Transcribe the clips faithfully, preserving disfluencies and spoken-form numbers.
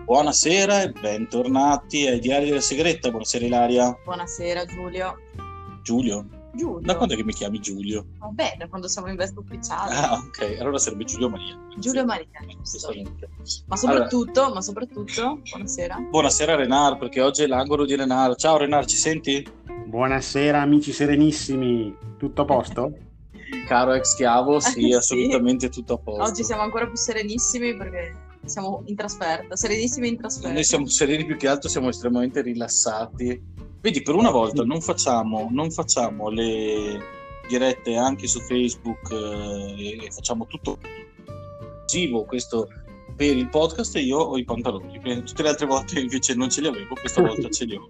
Buonasera e bentornati ai Diari della Segreta. Buonasera Ilaria. Buonasera Giulio. Giulio? Giulio. Da quando è che mi chiami Giulio? Vabbè, da quando siamo in veste ufficiale. Ah, ok, allora sarebbe Giulio Maria. Giulio Maria, giusto. Ma soprattutto, allora, ma soprattutto, buonasera. Buonasera Renar, perché oggi è l'angolo di Renar. Ciao Renar, ci senti? Buonasera amici serenissimi, tutto a posto? Caro ex schiavo, sì, sì, assolutamente tutto a posto. Oggi siamo ancora più serenissimi perché siamo in trasferta, serenissimi in trasferta. Noi siamo sereni, più che altro siamo estremamente rilassati. Vedi, per una volta non facciamo, non facciamo le dirette anche su Facebook eh, e facciamo tutto esclusivo, questo per il podcast, e io ho i pantaloni. Tutte le altre volte invece non ce li avevo, questa volta ce li ho.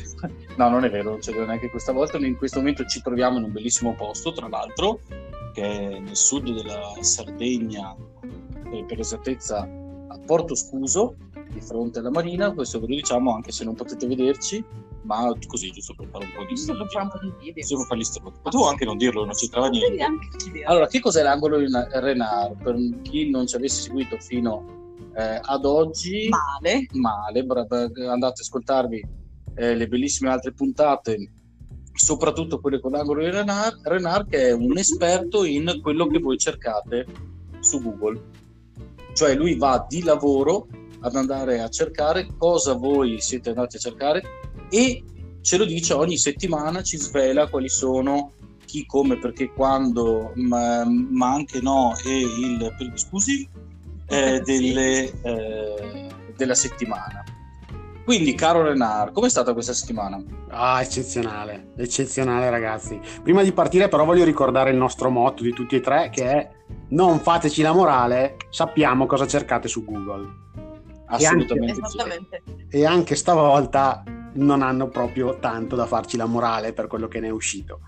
No, non è vero, non ce li ho neanche questa volta. Noi in questo momento ci troviamo in un bellissimo posto, tra l'altro, che è nel sud della Sardegna, per esattezza a Porto Scuso, di fronte alla marina. Questo ve lo diciamo anche se non potete vederci, ma così, giusto per fare un po' di giusto per fare un po' di video, giusto per fare gli stronzi. Potevo anche non dirlo, non c'entrava niente. Anche allora, che cos'è l'angolo di Renar? Per chi non ci avesse seguito fino eh, ad oggi, male, male andate ad ascoltarvi eh, le bellissime altre puntate, soprattutto quelle con l'angolo di Renar, Renar che è un esperto in quello che voi cercate su Google. Cioè lui va di lavoro ad andare a cercare cosa voi siete andati a cercare e ce lo dice ogni settimana, ci svela quali sono chi, come, perché, quando, ma, ma anche no, e il scusi eh, delle, eh, della settimana. Quindi, caro Renar, com'è stata questa settimana? Ah, eccezionale, eccezionale ragazzi. Prima di partire però voglio ricordare il nostro motto di tutti e tre, che è: non fateci la morale, sappiamo cosa cercate su Google. Assolutamente. E anche, esattamente. E anche stavolta non hanno proprio tanto da farci la morale per quello che ne è uscito.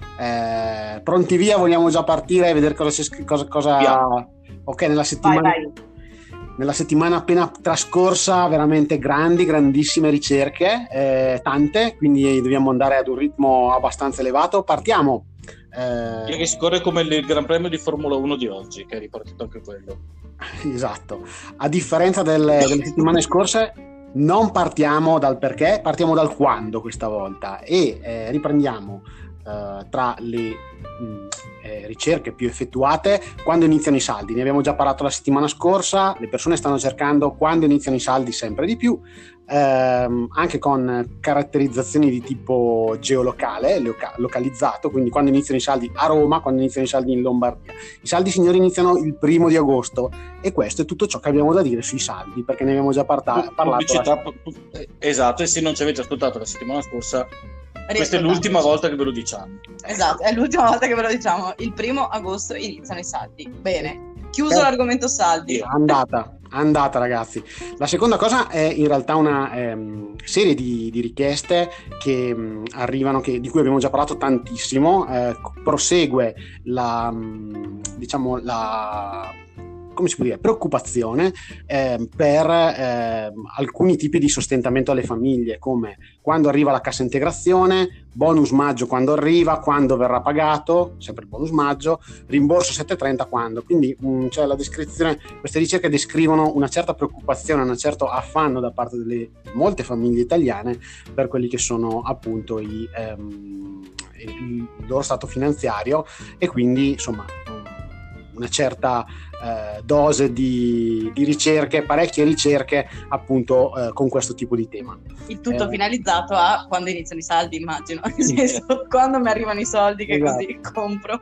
Eh, pronti via, vogliamo già partire e vedere cosa c'è, cosa, cosa... Via. Ok, nella settimana vai, vai. Nella settimana appena trascorsa veramente grandi, grandissime ricerche, eh, tante, quindi dobbiamo andare ad un ritmo abbastanza elevato. Partiamo. Eh... Che si corre come il Gran Premio di Formula uno di oggi, che è ripartito anche quello. Esatto. A differenza delle, delle settimane scorse, non partiamo dal perché, partiamo dal quando questa volta e eh, riprendiamo eh, tra le mh, eh, ricerche più effettuate quando iniziano i saldi. Ne abbiamo già parlato la settimana scorsa, le persone stanno cercando quando iniziano i saldi sempre di più, ehm, anche con caratterizzazioni di tipo geolocale, loca- localizzato, quindi quando iniziano i saldi a Roma, quando iniziano i saldi in Lombardia. I saldi, signori, iniziano il primo di agosto e questo è tutto ciò che abbiamo da dire sui saldi, perché ne abbiamo già parta- parlato. La... Esatto, e se non ci avete ascoltato la settimana scorsa, questa è l'ultima volta che ve lo diciamo. Esatto, è l'ultima volta che ve lo diciamo. Il primo agosto iniziano i saldi. Bene, chiuso eh, l'argomento saldi. Andata, andata ragazzi. La seconda cosa è in realtà una ehm, serie di, di richieste che mh, arrivano, che, di cui abbiamo già parlato tantissimo. Eh, prosegue la, mh, diciamo, la... come si può dire, preoccupazione eh, per eh, alcuni tipi di sostentamento alle famiglie, come quando arriva la cassa integrazione, bonus maggio quando arriva, quando verrà pagato, sempre il bonus maggio, rimborso settecentotrenta quando. Quindi mh, c'è la descrizione, queste ricerche descrivono una certa preoccupazione, un certo affanno da parte delle molte famiglie italiane per quelli che sono appunto i, ehm, il loro stato finanziario, e quindi insomma una certa eh, dose di, di ricerche, parecchie ricerche appunto eh, con questo tipo di tema. Il tutto eh, finalizzato a quando iniziano i saldi, immagino, nel senso, quando mi arrivano i soldi che esatto. Così compro.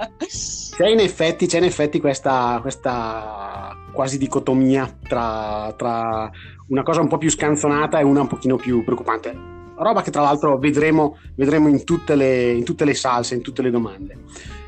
C'è in effetti, c'è in effetti questa, questa quasi dicotomia tra, tra una cosa un po' più scanzonata e una un pochino più preoccupante. Roba che tra l'altro vedremo, vedremo in tutte le, in tutte le salse, in tutte le domande.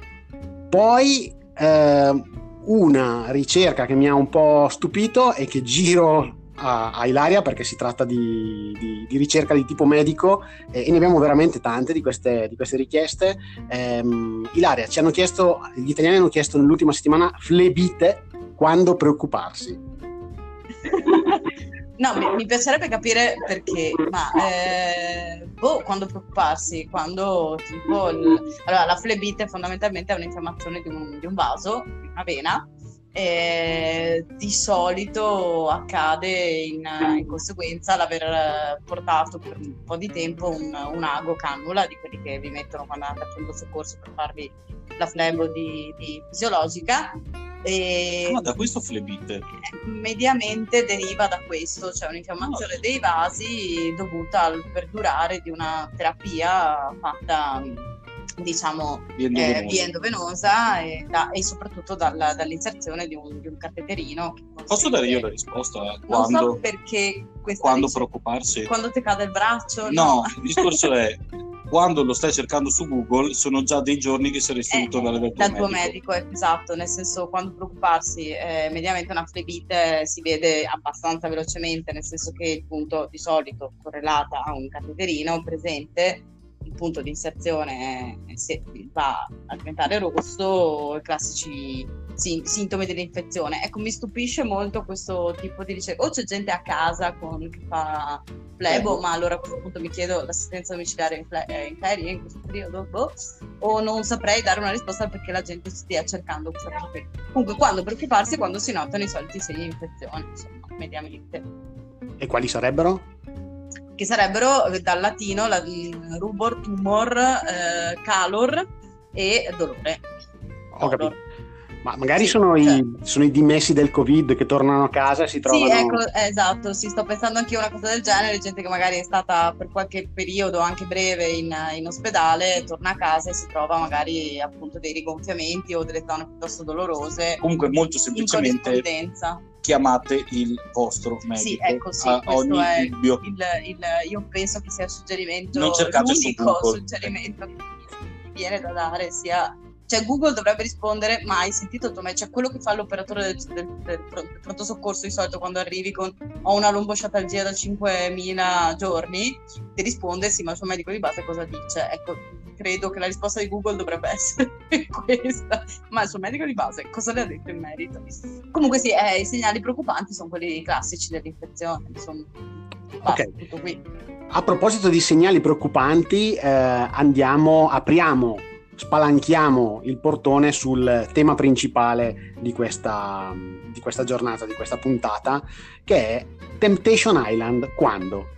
Poi eh, una ricerca che mi ha un po' stupito e che giro a, a Ilaria, perché si tratta di, di, di ricerca di tipo medico eh, e ne abbiamo veramente tante di queste, di queste richieste. Eh, Ilaria, ci hanno chiesto, gli italiani hanno chiesto nell'ultima settimana flebite, quando preoccuparsi. No, mi, mi piacerebbe capire perché, ma eh, boh, quando preoccuparsi, quando tipo il, allora la flebite fondamentalmente è un'infiammazione di un, di un vaso, di una vena, E di solito accade in, in conseguenza l'aver portato per un po' di tempo un, un ago cannula, di quelli che vi mettono quando andate a pronto soccorso per farvi la flebo di, di fisiologica. E ah, da questo flebite? Mediamente deriva da questo, cioè un'infiammazione no. dei vasi dovuta al perdurare di una terapia fatta, diciamo, via endovenosa, eh, via endovenosa e, da, e soprattutto dalla, dall'inserzione di un, di un cateterino. Che posso dare io la risposta? Non Quando, so perché quando preoccuparsi? Quando ti cade il braccio? No, no. Il discorso è quando lo stai cercando su Google sono già dei giorni che sei ricevuto eh, dal tuo dal medico. tuo medico, esatto, nel senso quando preoccuparsi, eh, mediamente una flebite si vede abbastanza velocemente, nel senso che appunto di solito correlata a un cateterino presente, il punto di inserzione se va a diventare rosso, i classici sin- sintomi dell'infezione. Ecco, mi stupisce molto questo tipo di ricerca. O c'è gente a casa con, che fa flebo, eh. ma allora a questo punto mi chiedo l'assistenza domiciliare in, fle- in ferie in questo periodo, boh. O non saprei dare una risposta perché la gente stia cercando questa cosa qui. Comunque, quando preoccuparsi è quando si notano i soliti segni di infezione, insomma, mediamente. E quali sarebbero? Che sarebbero dal latino la, rubor, tumor, eh, calor e dolore. Ho capito. Ma magari sì, sono, cioè. i, sono i dimessi del Covid che tornano a casa e si trovano... Sì, ecco, esatto, sì, sto pensando anche io a una cosa del genere, gente che magari è stata per qualche periodo, anche breve, in, in ospedale, torna a casa e si trova magari appunto dei rigonfiamenti o delle zone piuttosto dolorose. Comunque molto semplicemente chiamate il vostro medico. Sì, ecco, sì, a questo ogni è dubbio. Il, il, io penso che sia il suggerimento, non cercate l'unico su suggerimento che mi viene da dare, sia... Cioè Google dovrebbe rispondere, ma hai sentito il tuo medico? Cioè quello che fa l'operatore del, del, del, del pronto soccorso di solito quando arrivi con ho una lombosciatalgia da cinquemila giorni, ti risponde sì, ma il suo medico di base cosa dice? Ecco, credo che la risposta di Google dovrebbe essere questa, ma il suo medico di base cosa le ha detto in merito? Comunque sì, eh, i segnali preoccupanti sono quelli classici dell'infezione, insomma. Basta, ok, tutto qui. A proposito di segnali preoccupanti, eh, andiamo, apriamo spalanchiamo il portone sul tema principale di questa, di questa giornata, di questa puntata, che è Temptation Island quando?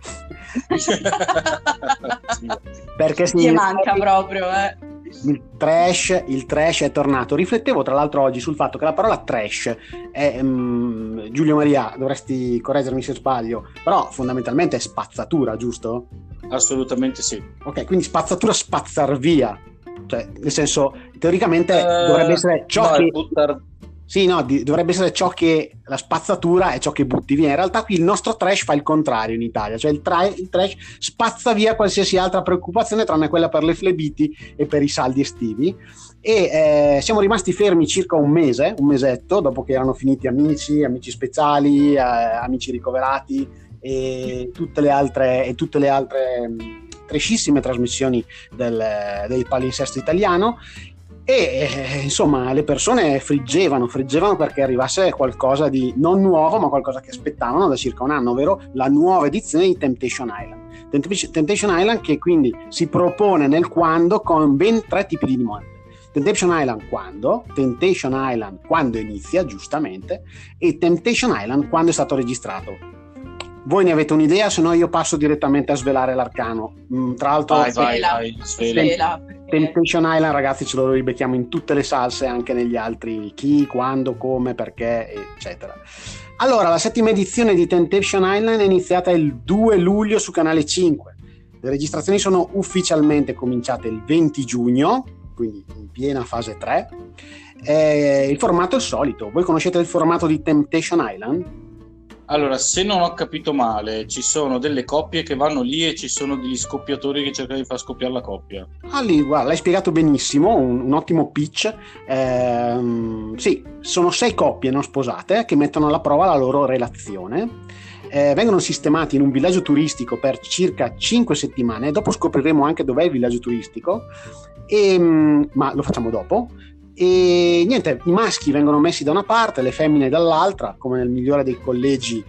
Perché si Ti manca proprio, eh. Il trash, il trash è tornato. Riflettevo tra l'altro oggi sul fatto che la parola trash è, um, Giulio Maria, dovresti correggermi se sbaglio, però fondamentalmente è spazzatura, giusto? Assolutamente sì. Ok, quindi spazzatura, spazzar via. Cioè, nel senso, teoricamente uh, dovrebbe essere ciò che buttar... sì, no, di, dovrebbe essere ciò che la spazzatura è ciò che butti via. In realtà qui il nostro trash fa il contrario in Italia, cioè il, tra- il trash spazza via qualsiasi altra preoccupazione tranne quella per le flebiti e per i saldi estivi. E eh, siamo rimasti fermi circa un mese, un mesetto, dopo che erano finiti amici, amici speciali, eh, amici ricoverati e tutte le altre e tutte le altre trashissime trasmissioni del, del palinsesto italiano e eh, insomma le persone friggevano friggevano perché arrivasse qualcosa di non nuovo ma qualcosa che aspettavano da circa un anno, ovvero la nuova edizione di Temptation Island. Temptation Island che quindi si propone nel quando con ben tre tipi di domande. Temptation Island quando, Temptation Island quando inizia giustamente e Temptation Island quando è stato registrato. Voi ne avete un'idea? Se no io passo direttamente a svelare l'arcano. Mm, tra l'altro vai, vai, vai, svela. Temptation Island, ragazzi, ce lo ribecchiamo in tutte le salse, anche negli altri chi, quando, come, perché, eccetera. Allora, la settima edizione di Temptation Island è iniziata il due luglio su Canale cinque. Le registrazioni sono ufficialmente cominciate il venti giugno, quindi in piena fase tre. E il formato è il solito. Voi conoscete il formato di Temptation Island? Allora, se non ho capito male, ci sono delle coppie che vanno lì e ci sono degli scoppiatori che cercano di far scoppiare la coppia. Ah, lì, guarda, l'hai spiegato benissimo, un, un ottimo pitch. Ehm, sì, sono sei coppie non sposate che mettono alla prova la loro relazione. Eh, vengono sistemati in un villaggio turistico per circa cinque settimane. Dopo scopriremo anche dov'è il villaggio turistico, e, ma lo facciamo dopo. E niente, i maschi vengono messi da una parte, le femmine dall'altra, come nel migliore dei collegi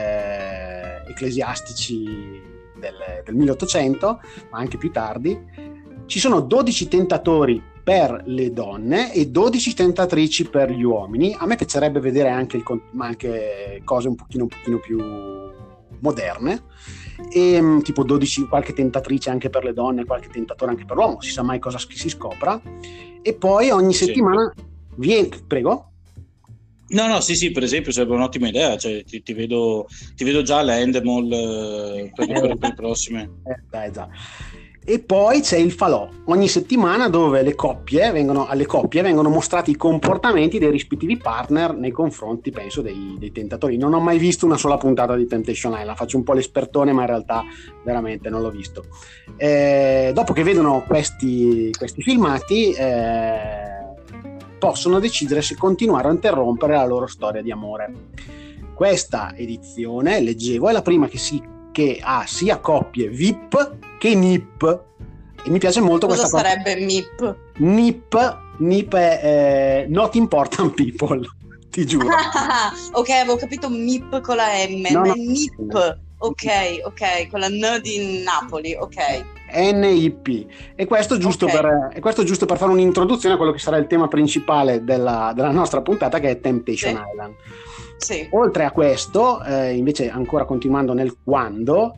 eh, ecclesiastici del, del milleottocento, ma anche più tardi. Ci sono dodici tentatori per le donne e dodici tentatrici per gli uomini. A me piacerebbe vedere anche, il, anche cose un pochino, un pochino più moderne, e tipo dodici, qualche tentatrice anche per le donne, qualche tentatore anche per l'uomo, si sa mai cosa si scopra. E poi ogni Sì. settimana viene, prego. No, no, sì, sì, per esempio sarebbe un'ottima idea, cioè ti, ti vedo, ti vedo già all'Endemol eh, per, le- per, le- per le prossime. Eh, dai, già. E poi c'è il falò ogni settimana, dove le coppie vengono, alle coppie vengono mostrati i comportamenti dei rispettivi partner nei confronti, penso, dei, dei tentatori. Non ho mai visto una sola puntata di Temptation Island, faccio un po' l'espertone, ma in realtà veramente non l'ho visto. Eh, dopo che vedono questi, questi filmati, eh, possono decidere se continuare o interrompere la loro storia di amore. Questa edizione, leggevo, è la prima che, si, che ha sia coppie V I P che N I P, e mi piace molto Cosa questa sarebbe M I P? cosa. N I P, N I P è eh, Not Important People, ti giuro. Ok, avevo capito M I P con la M, No, ma no. è N I P. Ok, ok, con la N di Napoli, ok. N I P, e questo giusto, Ok. per, e questo giusto per fare un'introduzione a quello che sarà il tema principale della, della nostra puntata, che è Temptation Sì. Island. Sì. Oltre a questo, eh, invece, ancora continuando nel quando,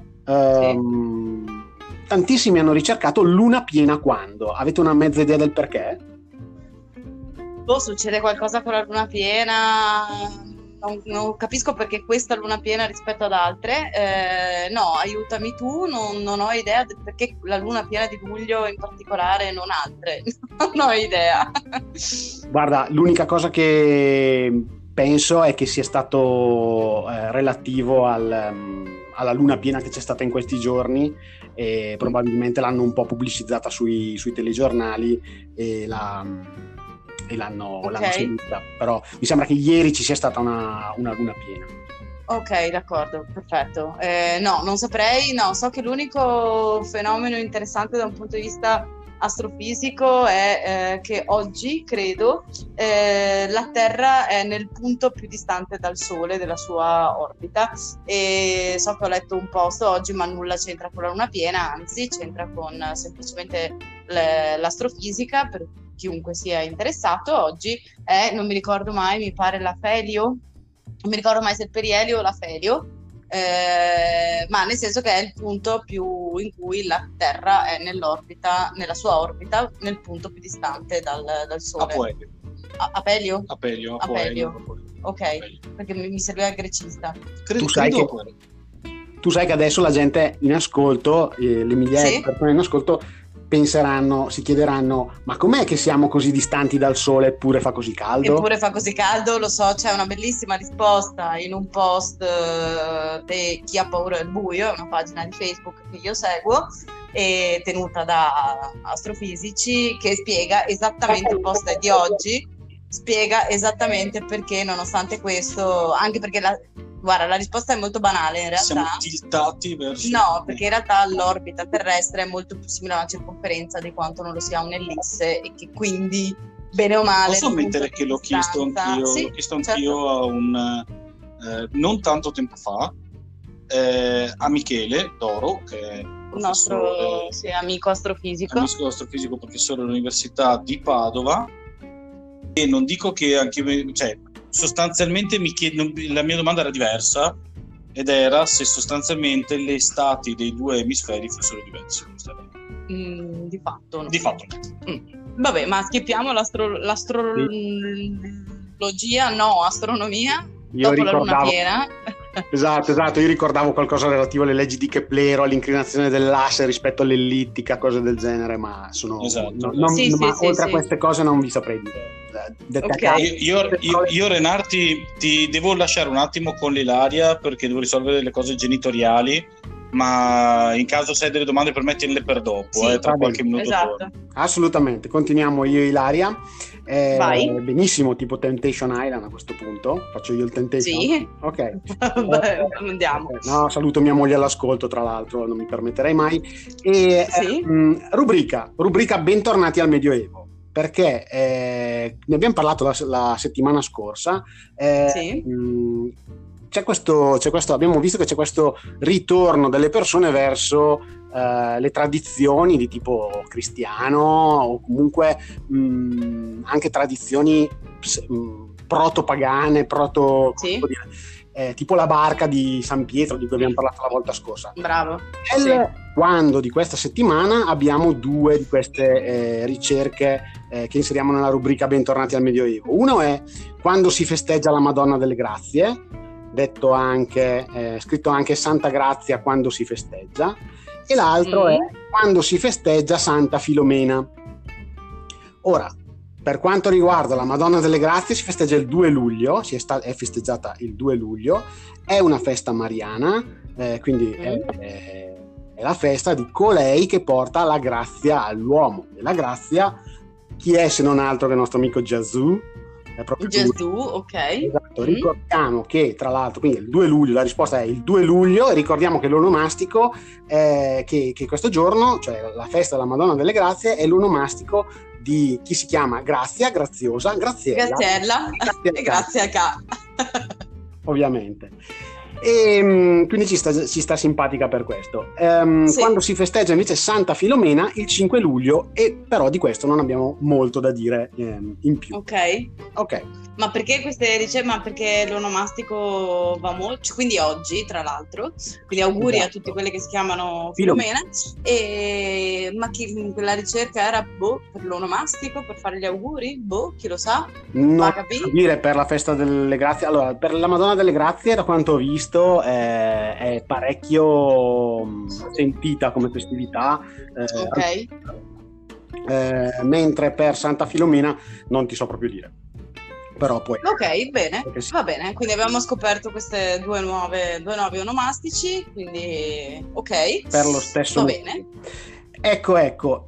ehm, tantissimi hanno ricercato luna piena quando. Avete una mezza idea del perché? Boh, succede qualcosa con la luna piena, non, non capisco perché questa luna piena rispetto ad altre. Eh, no, aiutami tu, non, non ho idea del perché la luna piena di luglio in particolare e non altre. Non ho idea. Guarda, l'unica cosa che penso è che sia stato eh, relativo al, um, alla luna piena che c'è stata in questi giorni, e probabilmente l'hanno un po' pubblicizzata sui, sui telegiornali e, la, e l'hanno, Ok. l'hanno seguita. Però mi sembra che ieri ci sia stata una, una luna piena. Ok, d'accordo, perfetto. Eh, no, non saprei, no, so che l'unico fenomeno interessante da un punto di vista astrofisico è eh, che oggi, credo, eh, la Terra è nel punto più distante dal Sole della sua orbita, e so che ho letto un post oggi, ma nulla c'entra con la luna piena, anzi c'entra con eh, semplicemente le- l'astrofisica, per chiunque sia interessato. Oggi è, non mi ricordo mai, mi pare la Felio, non mi ricordo mai se il perielio o la Felio, eh, ma nel senso che è il punto più in cui la Terra è nell'orbita, nella sua orbita, nel punto più distante dal, dal Sole. Apoelio, A- Apelio? Apelio, Apelio. Apoelio. Ok, Apelio. perché mi, mi serviva il grecista. Credo, Tu sai credo che- Apoelio. Tu sai che adesso la gente in ascolto, eh, le migliaia Sì. di persone in ascolto, penseranno, si chiederanno: ma com'è che siamo così distanti dal Sole eppure fa così caldo? Eppure fa così caldo, lo so, c'è una bellissima risposta in un post eh, di Chi ha paura del buio, è una pagina di Facebook che io seguo, e tenuta da astrofisici, che spiega esattamente, il post è di oggi, spiega esattamente perché, nonostante questo, anche perché la, guarda, la risposta è molto banale in realtà. Siamo tiltati verso... No, perché in realtà l'orbita terrestre è molto più simile a una circonferenza di quanto non lo sia un'ellisse, e che quindi, bene o male... Posso il punto ammettere di che l'ho chiesto distanza- anch'io, Sì, l'ho chiesto certo. anch'io a un... eh, non tanto tempo fa, eh, a Michele Doro, che è Il nostro professore, sì, amico astrofisico. amico astrofisico, professore all'Università di Padova, e non dico che anche me- cioè, sostanzialmente mi chiedo, la mia domanda era diversa, ed era se sostanzialmente le estati dei due emisferi fossero diverse. Questa era- Mm, di fatto no. Di fatto no. Mm. Vabbè, ma schippiamo l'astro- l'astrologia, no, astronomia, Io dopo la luna ricordavo, piena. esatto, esatto, io ricordavo qualcosa relativo alle leggi di Keplero, all'inclinazione dell'asse rispetto all'ellittica, cose del genere, ma sono Esatto. non- non- Sì, ma sì, oltre sì, a queste cose non vi saprei dire. Eh, dette a Ok. caso. Io, io, io, io Renarti, ti devo lasciare un attimo con l'Ilaria perché devo risolvere delle cose genitoriali, ma in caso se hai delle domande per me tienile per dopo, Sì, eh, tra va qualche bene. minuto Esatto. torno. Assolutamente, continuiamo io e Ilaria. Eh, Vai. benissimo, tipo Temptation Island a questo punto. Faccio io il Temptation? Sì. Ok. Vabbè, andiamo. Eh, No, saluto mia moglie all'ascolto, tra l'altro, non mi permetterei mai. E Sì. eh, mh, rubrica, rubrica bentornati al Medioevo, perché eh, ne abbiamo parlato la, la settimana scorsa. eh, Sì. mh, c'è questo, c'è questo, abbiamo visto che c'è questo ritorno delle persone verso eh, le tradizioni di tipo cristiano o comunque mh, anche tradizioni mh, proto-pagane, proto... Sì. come dire, eh, tipo la barca di San Pietro di cui abbiamo parlato la volta scorsa. Bravo. Nel Sì. quando di questa settimana abbiamo due di queste eh, ricerche eh, che inseriamo nella rubrica Bentornati al Medioevo. Uno è quando si festeggia la Madonna delle Grazie, detto anche, eh, scritto anche Santa Grazia quando si festeggia, e l'altro Sì. è quando si festeggia Santa Filomena. Ora, per quanto riguarda la Madonna delle Grazie, si festeggia il due luglio, si è, sta- è festeggiata il due luglio, è una festa mariana, eh, quindi è, è, è la festa di colei che porta la grazia all'uomo. E la grazia, chi è se non altro che il nostro amico Gesù? È proprio lui. Gesù, ok. Esatto, Mm. ricordiamo che tra l'altro, quindi il due luglio, la risposta è il due luglio, e ricordiamo che l'onomastico, eh, che, che questo giorno, cioè la festa della Madonna delle Grazie, è l'onomastico di chi si chiama Grazia, Graziosa, Graziella. Graziella Grazie e grazie a K. Ovviamente. E mh, quindi ci sta, ci sta simpatica per questo. Ehm, Sì. Quando si festeggia invece Santa Filomena il cinque luglio, e però di questo non abbiamo molto da dire ehm, in più. Ok. Ok. Ma perché queste ricerche? Ma perché l'onomastico va molto, quindi oggi tra l'altro, quindi auguri Esatto. a tutti quelli che si chiamano Filomena. E ma chi, quella ricerca era boh, per l'onomastico, per fare gli auguri? Boh, chi lo sa? Non Va capì? so dire per la festa delle Grazie. Allora, per la Madonna delle Grazie, da quanto ho visto, eh, è parecchio mh, sentita come festività. eh, Ok. eh, mentre per Santa Filomena non ti so proprio dire. Però poi Ok, bene, perché sì. va bene. Quindi abbiamo scoperto queste due nuove, due nuovi onomastici, quindi ok. per lo stesso Va motivo. bene. Ecco, ecco.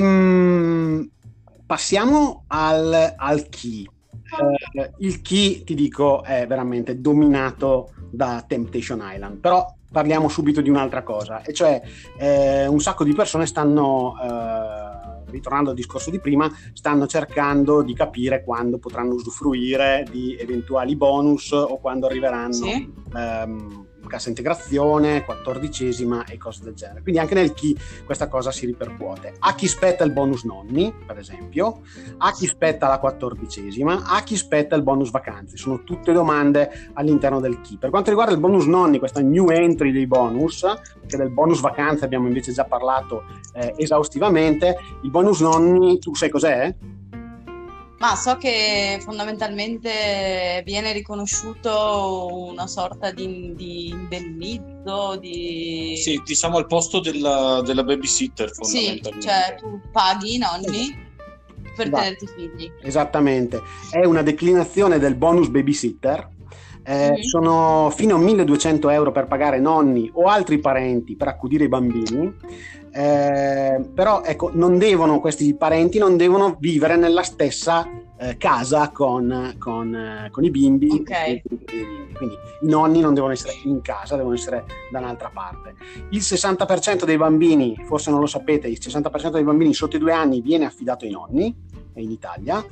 E, passiamo al, al chi. Eh, il chi, ti dico, è veramente dominato da Temptation Island, però parliamo subito di un'altra cosa, e cioè eh, un sacco di persone stanno, eh, ritornando al discorso di prima, stanno cercando di capire quando potranno usufruire di eventuali bonus o quando arriveranno Sì. ehm, cassa integrazione, quattordicesima e cose del genere. Quindi anche nel chi questa cosa si ripercuote. A chi spetta il bonus nonni, per esempio, a chi spetta la quattordicesima, a chi spetta il bonus vacanze. Sono tutte domande all'interno del chi. Per quanto riguarda il bonus nonni, questa new entry dei bonus, che del bonus vacanze abbiamo invece già parlato eh, esaustivamente, il bonus nonni, tu sai cos'è? Ma so che fondamentalmente viene riconosciuto una sorta di, di indennizzo, di... Sì, diciamo al posto della, della babysitter, Sì, fondamentalmente. cioè tu paghi i nonni per Va. tenerti figli. Esattamente, è una declinazione del bonus babysitter. Eh, Mhm. Sono fino a milleduecento euro per pagare nonni o altri parenti per accudire i bambini. Eh, però ecco, non devono, questi parenti non devono vivere nella stessa eh, casa con, con, eh, con i bimbi. Ok. Quindi i nonni non devono essere in casa, devono essere da un'altra parte. Il sessanta per cento dei bambini, forse non lo sapete, il sessanta per cento dei bambini sotto i due anni viene affidato ai nonni in Italia.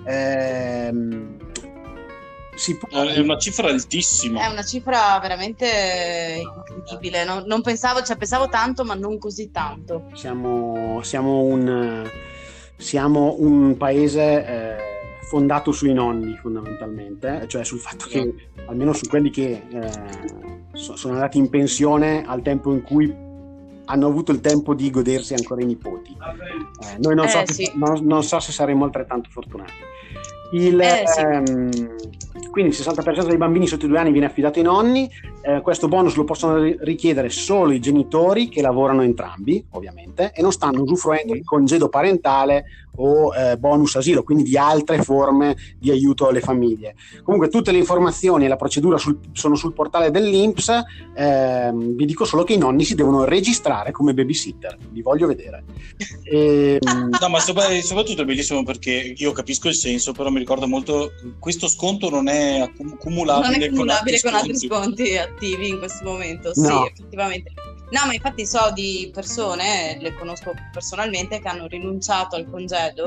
Ehm, si può... È una cifra altissima. È una cifra veramente incredibile. Non, non pensavo, cioè pensavo tanto, ma non così tanto. Siamo, siamo, un, siamo un paese eh, fondato sui nonni, fondamentalmente, cioè sul fatto che, almeno su quelli che eh, so- sono andati in pensione al tempo in cui hanno avuto il tempo di godersi ancora i nipoti. Eh, noi non, Eh, so, sì. non, non so se saremo altrettanto fortunati. Il, Eh, sì. ehm, quindi il sessanta per cento dei bambini sotto i due anni viene affidato ai nonni. Eh, questo bonus lo possono ri- richiedere solo i genitori che lavorano entrambi, ovviamente, e non stanno usufruendo di congedo parentale o eh, bonus asilo, quindi di altre forme di aiuto alle famiglie. Comunque tutte le informazioni e la procedura sul- sono sul portale dell'I N P S. Ehm, vi dico solo che i nonni si devono registrare come babysitter, li voglio vedere. Ehm, No, ma sopra- soprattutto è bellissimo perché io capisco il senso, però mi ricordo molto questo sconto non è accum- cumulabile, Non è cumulabile con altri sconti. sconti attivi in questo momento. No. Sì, effettivamente. No, ma infatti so di persone, le conosco personalmente, che hanno rinunciato al congedo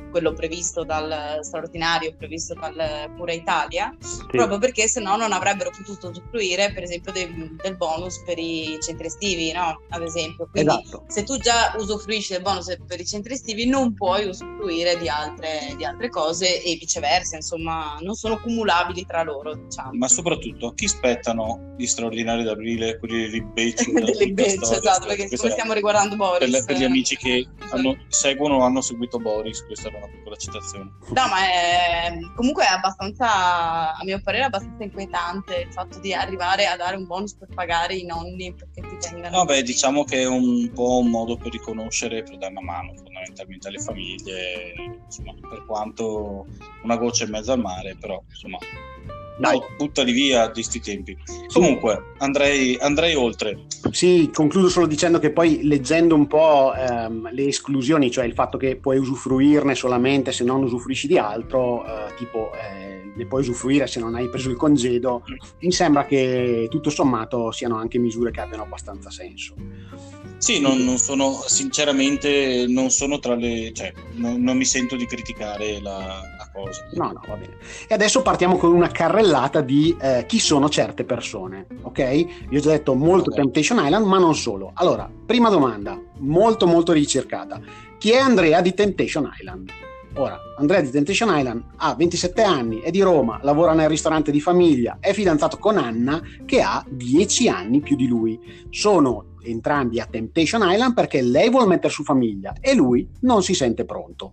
quello previsto dal straordinario, previsto dal Cura Italia, Sì. proprio perché se no non avrebbero potuto usufruire per esempio del, del bonus per i centri estivi, no? Ad esempio. Quindi Esatto. se tu già usufruisci del bonus per i centri estivi non puoi usufruire di altre, di altre cose e viceversa, insomma non sono cumulabili tra loro, diciamo. Ma soprattutto a chi spettano gli straordinari d'aprile, quelli di Beccio Delle becce, esatto, perché siccome stiamo riguardando Boris, per, le- per gli amici che eh, hanno, seguono o hanno seguito Boris, questa era una piccola citazione. no, ma è, comunque è abbastanza, a mio parere, abbastanza inquietante il fatto di arrivare a dare un bonus per pagare i nonni perché ti tengano. Vabbè, diciamo che è un po' un modo per riconoscere e per dare una mano fondamentalmente alle famiglie, insomma, per quanto una goccia in mezzo al mare, però insomma, Dai. no, buttali via di sti tempi. Comunque andrei, andrei oltre. Sì, concludo solo dicendo che poi leggendo un po' ehm, le esclusioni, cioè il fatto che puoi usufruirne solamente se non usufruisci di altro, eh, tipo eh, ne puoi usufruire se non hai preso il congedo, mi sembra che tutto sommato siano anche misure che abbiano abbastanza senso. Sì, non, non sono, sinceramente, non sono tra le, cioè, non, non mi sento di criticare la, la cosa. No, no, va bene. E adesso partiamo con una carrellata di eh, chi sono certe persone, ok? Vi ho già detto molto Ok. Temptation Island, ma non solo. Allora, prima domanda, molto molto ricercata. Chi è Andrea di Temptation Island? Ora, Andrea di Temptation Island ha ventisette anni, è di Roma, lavora nel ristorante di famiglia, è fidanzato con Anna che ha dieci anni più di lui. Sono entrambi a Temptation Island perché lei vuole mettere su famiglia e lui non si sente pronto.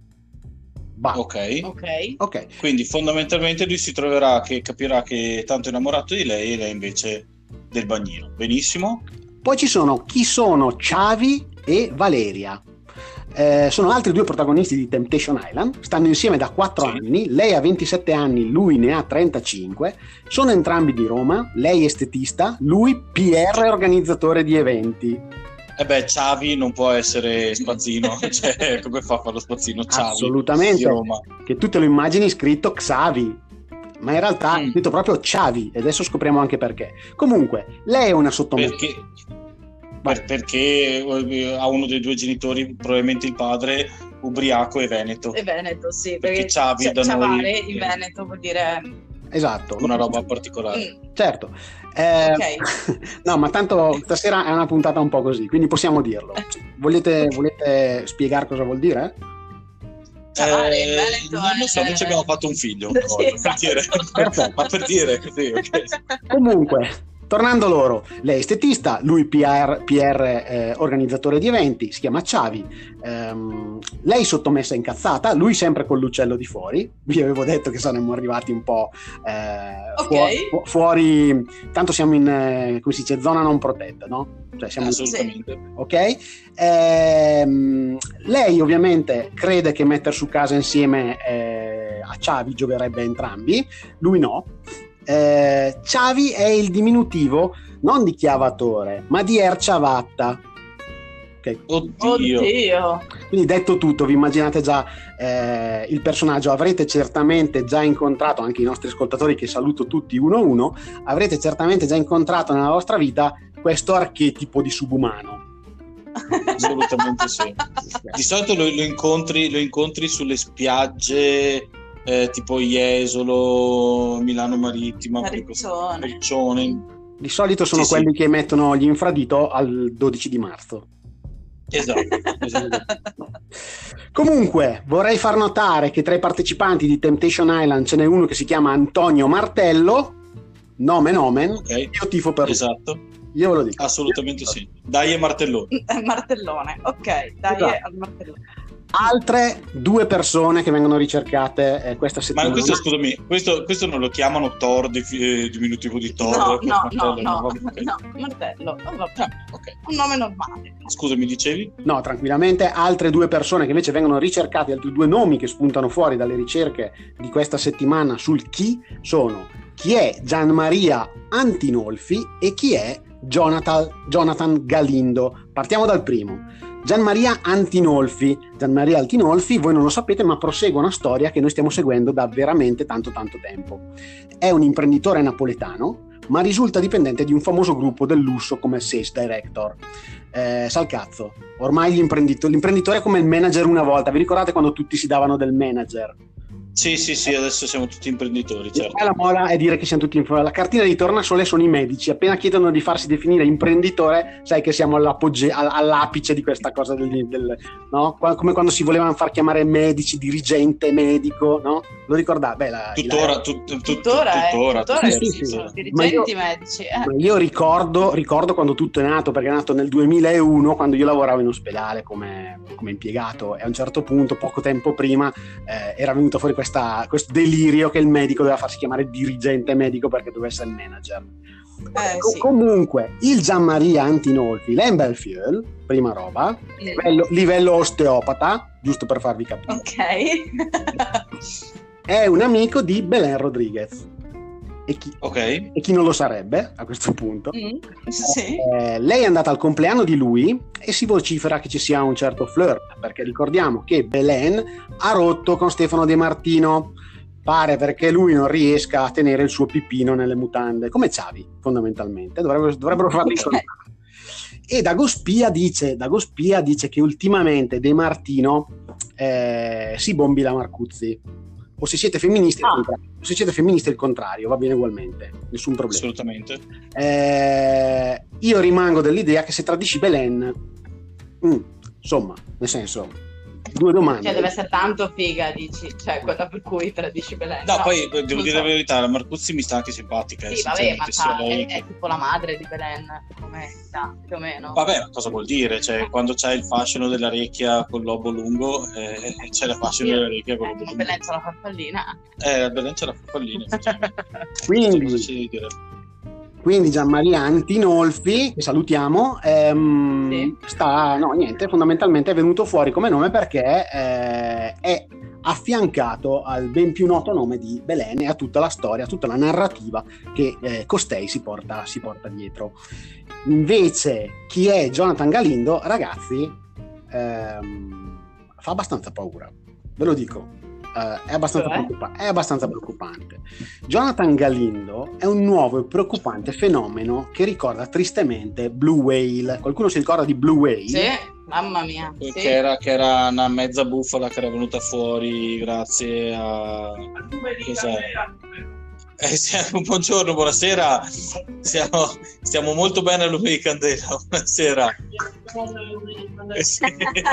Va. Ok, Ok. Ok. quindi fondamentalmente lui si troverà che capirà che è tanto innamorato di lei e lei invece del bagnino. Benissimo. Poi ci sono chi sono Xavi e Valeria. Eh, sono altri due protagonisti di Temptation Island, stanno insieme da quattro Sì. anni, lei ha ventisette anni, lui ne ha trentacinque, sono entrambi di Roma, lei estetista, lui P R organizzatore di eventi. E beh, Xavi non può essere spazzino, cioè come fa a fare lo spazzino Xavi di Assolutamente, Roma? che tu te lo immagini scritto Xavi, ma in realtà è Mm. scritto proprio Xavi e adesso scopriamo anche perché. Comunque, lei è una sottomessa. Perché, per- perché eh, ha uno dei due genitori, probabilmente il padre, ubriaco e veneto. E Veneto, sì, Perché perché Xavi Cia- da Ciavare noi in è- Veneto vuol dire Esatto. una roba particolare. mm, Certo. Eh, ok. no, ma tanto stasera è una puntata un po' così, quindi possiamo dirlo. Volete, volete spiegare cosa vuol dire? Ciavare in Eh, Veneto non lo so, è- noi ci abbiamo fatto un figlio Sì, una volta, per esatto. dire. Perfetto. Ma per dire, sì, ok. Comunque, tornando loro, lei è estetista, lui P R, P R eh, organizzatore di eventi, si chiama Xavi. Ehm, lei sottomessa incazzata, lui sempre con l'uccello di fuori. Vi avevo detto che saremmo arrivati un po' eh, Ok. fuori, fu- fuori, tanto siamo in, eh, come si dice, zona non protetta, no? Cioè siamo Assolutamente. ok? Ehm, lei ovviamente crede che mettere su casa insieme eh, a Xavi gioverebbe a entrambi, lui no. Eh, Xavi è il diminutivo non di chiavatore, ma di Erciavatta. Ok, Oddio. Oddio. quindi detto tutto, vi immaginate già eh, il personaggio, avrete certamente già incontrato, anche i nostri ascoltatori che saluto tutti uno a uno, avrete certamente già incontrato nella vostra vita questo archetipo di subumano. Assolutamente sì. Di solito lo, lo incontri, lo incontri sulle spiagge eh, tipo Jesolo, Milano Marittima, Riccione. Riccione. Di solito sono Sì, quelli sì. che mettono gli infradito al dodici di marzo. Esatto, esatto. Comunque, vorrei far notare che tra i partecipanti di Temptation Island ce n'è uno che si chiama Antonio Martello, nome nomen, Ok, io tifo per lui. esatto, Io ve lo dico. assolutamente sì. Dai e martellone. Martellone, ok, dai Esatto. al martellone. Altre due persone che vengono ricercate eh, questa Ma settimana. questo, scusami, questo, questo non lo chiamano Thor, di- eh, diminutivo di Thor? No, che no, martello, no, no, vabbè, ok. no, martello, oh, vabbè, Ah, ok. un nome normale. Scusami, dicevi? No, tranquillamente. Altre due persone che invece vengono ricercate, altri due nomi che spuntano fuori dalle ricerche di questa settimana sul chi sono chi è Gianmaria Antinolfi e chi è Jonathan, Jonathan Galindo. Partiamo dal primo. Gianmaria Antinolfi. Gianmaria Antinolfi, voi non lo sapete, ma prosegue una storia che noi stiamo seguendo da veramente tanto tanto tempo. È un imprenditore napoletano, ma risulta dipendente di un famoso gruppo del lusso come Sales Director. eh, sa il cazzo. Ormai l'imprenditore, l'imprenditore è come il manager una volta. Vi ricordate quando tutti si davano del manager? Sì, sì, sì, adesso siamo tutti imprenditori, certo. La moda è dire che siamo tutti imprenditori. La cartina di tornasole sono i medici. Appena chiedono di farsi definire imprenditore, sai che siamo all'apice di questa cosa del, del, no? Come quando si volevano far chiamare medici, dirigente medico, no? Lo ricordate? Beh, la, tuttora, la... tut, tut, tuttora, tuttora, eh, tuttora sì, sì, sono sì. dirigenti io, medici. Eh. Ma io ricordo, ricordo quando tutto è nato, perché è nato nel duemilauno, quando io lavoravo in ospedale come, come impiegato, e a un certo punto, poco tempo prima, eh, era venuto fuori questa, questo delirio che il medico doveva farsi chiamare dirigente medico perché doveva essere manager. Eh, Co- sì. Comunque il Gianmaria Antinolfi, l'Embelfiel, prima roba, Mm. livello, livello osteopata, giusto per farvi capire, Ok. è un amico di Belen Rodriguez. E chi, Ok. e chi non lo sarebbe a questo punto? Mm, sì. Eh, lei è andata al compleanno di lui e si vocifera che ci sia un certo flirt, perché ricordiamo che Belen ha rotto con Stefano De Martino, pare perché lui non riesca a tenere il suo pippino nelle mutande, come Xavi fondamentalmente, dovrebbero, dovrebbero farli Ok. incontrare. E Dagospia dice, Dagospia dice che ultimamente De Martino eh, si bombi la Marcuzzi, o se siete femministi il Ah. contrario. Se siete femministi il contrario, va bene ugualmente, nessun problema. Assolutamente. Eh, io rimango dell'idea che se tradisci Belen, mm, insomma, nel senso, due domande. Cioè deve essere tanto figa, dici, cioè quella per cui tradisci Belen. No, poi devo non dire so. la verità, la Marcuzzi mi sta anche simpatica. eh, Sì, vabbè, ma sinceramente, sa, sia lei è, che- è tipo la madre di Belen, come sta, più o meno. Vabbè, ma cosa vuol dire? Cioè, quando c'è il fascino della recchia col lobo lungo, eh, c'è il fascino della recchia col Eh, lobo ma lungo. Belen c'ha la farfallina. Eh, la Belen c'è la farfallina, effettivamente. Quindi, Cosa c'è di dire? quindi Gianmaria Antinolfi, che salutiamo, ehm, Sì. sta, no, niente, fondamentalmente è venuto fuori come nome perché eh, è affiancato al ben più noto nome di Belen e a tutta la storia, a tutta la narrativa che eh, costei si porta, si porta dietro. Invece, chi è Jonathan Galindo, ragazzi, ehm, fa abbastanza paura, ve lo dico. Eh, è, abbastanza Cioè? preoccupa- è abbastanza preoccupante. Jonathan Galindo è un nuovo e preoccupante fenomeno che ricorda tristemente Blue Whale. Qualcuno si ricorda di Blue Whale? Sì, mamma mia. Sì. Che, era, che era una mezza bufala che era venuta fuori grazie a... Cos'è? Eh, siamo- buongiorno, buonasera. Siamo, stiamo molto bene a Lume di Candela. Buonasera. Eh, sì,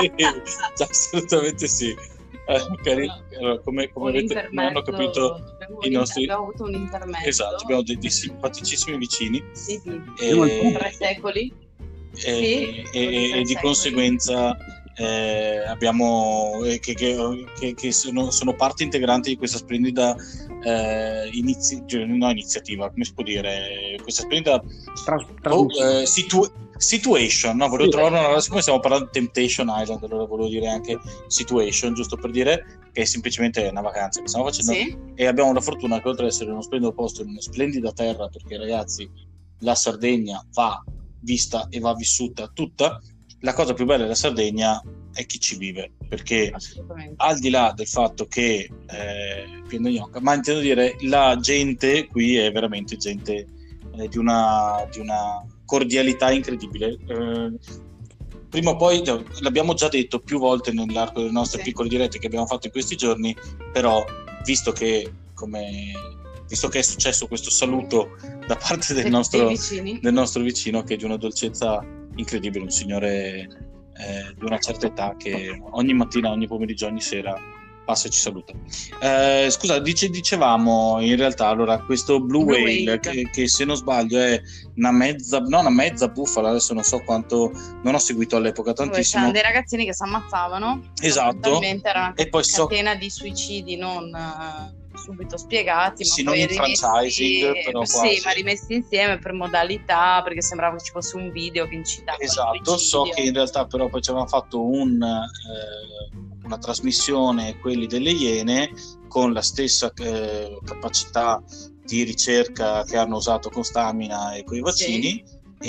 assolutamente sì. Eh, cari- allora, come come Un avete, non hanno intermezzo- capito abbiamo i un- nostri... abbiamo avuto un intermezzo. Esatto, abbiamo dei, dei simpaticissimi vicini Sì, sì. e, Tre secoli. e- Sì, e- e- e di conseguenza eh, abbiamo eh, che, che- che- che sono, sono parte integrante di questa splendida eh, inizi- cioè, no, iniziativa, come si può dire, questa splendida Tras- oh, traduzione. eh, situ- situation, no? Volevo Sì. trovare una, siccome stiamo parlando di Temptation Island, allora volevo dire anche situation, giusto per dire che è semplicemente una vacanza che stiamo facendo Sì. e abbiamo la fortuna che oltre ad essere uno splendido posto in una splendida terra, perché ragazzi la Sardegna va vista e va vissuta tutta, la cosa più bella della Sardegna è chi ci vive, perché Assolutamente. al di là del fatto che eh, pieno gnocca, ma intendo dire la gente qui è veramente gente eh, di una di una cordialità incredibile. Eh, prima o poi cioè, l'abbiamo già detto più volte nell'arco delle nostre Sì. piccole dirette che abbiamo fatto in questi giorni, però visto che come visto che è successo questo saluto da parte del Dei- nostro dei vicini. del nostro vicino, che è di una dolcezza incredibile, un signore eh, di una certa età che ogni mattina, ogni pomeriggio, ogni sera passa e ci saluta. Eh, scusa, dice, dicevamo in realtà allora questo Blue, Blue Whale, Whale. Che, che se non sbaglio è una mezza, no, una mezza bufala, adesso non so quanto, non ho seguito all'epoca Dove tantissimo. c'erano dei ragazzini che si ammazzavano. Esatto. Fondamentalmente era una E poi so- catena di suicidi non eh, subito spiegati, Sì, ma non poi in rimessi, franchising, però sì, quasi. ma rimessi insieme per modalità, perché sembrava che ci fosse un video che incitava al Esatto, so suicidio. che in realtà però poi ci avevano fatto un, eh, una trasmissione, quelli delle Iene, con la stessa eh, capacità di ricerca che hanno usato con Stamina e con i vaccini,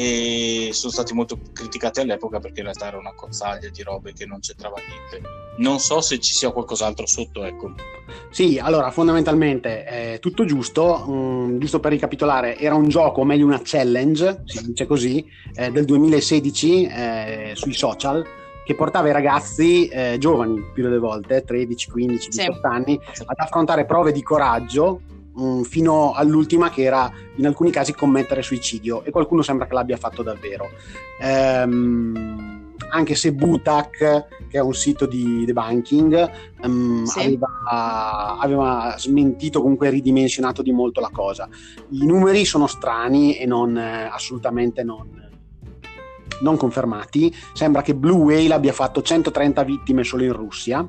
e sono stati molto criticati all'epoca perché in realtà era una cozzaglia di robe che non c'entrava niente. Non so se ci sia qualcos'altro sotto, ecco. Sì, allora fondamentalmente eh, tutto giusto. Um, giusto per ricapitolare, era un gioco, o meglio una challenge, si dice così, eh, del duemilasedici eh, sui social, che portava i ragazzi eh, giovani, più delle volte, tredici, quindici, diciotto sì. anni, ad affrontare prove di coraggio um, fino all'ultima, che era in alcuni casi commettere suicidio, e qualcuno sembra che l'abbia fatto davvero. Ehm, anche se Butak, che è un sito di debunking, um, sì. aveva, aveva smentito, comunque ridimensionato di molto la cosa. I numeri sono strani e non eh, assolutamente non, non confermati. Sembra che Blue Whale abbia fatto centotrenta vittime solo in Russia,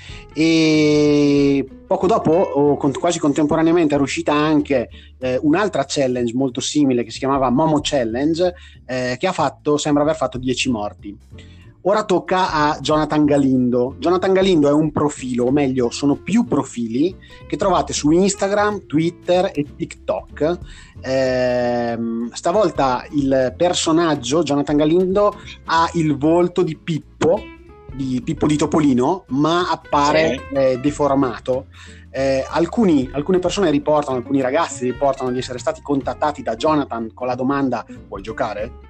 e poco dopo, o con, quasi contemporaneamente, è uscita anche eh, un'altra challenge molto simile che si chiamava Momo Challenge, eh, che ha fatto, sembra aver fatto dieci morti. Ora tocca a Jonathan Galindo. Jonathan Galindo è un profilo, o meglio sono più profili, che trovate su Instagram, Twitter e TikTok. Ehm, stavolta il personaggio Jonathan Galindo ha il volto di Pippo, di Pippo di Topolino, ma appare sì. eh, deformato. Eh, alcuni, alcune persone riportano, alcuni ragazzi riportano di essere stati contattati da Jonathan con la domanda: vuoi giocare?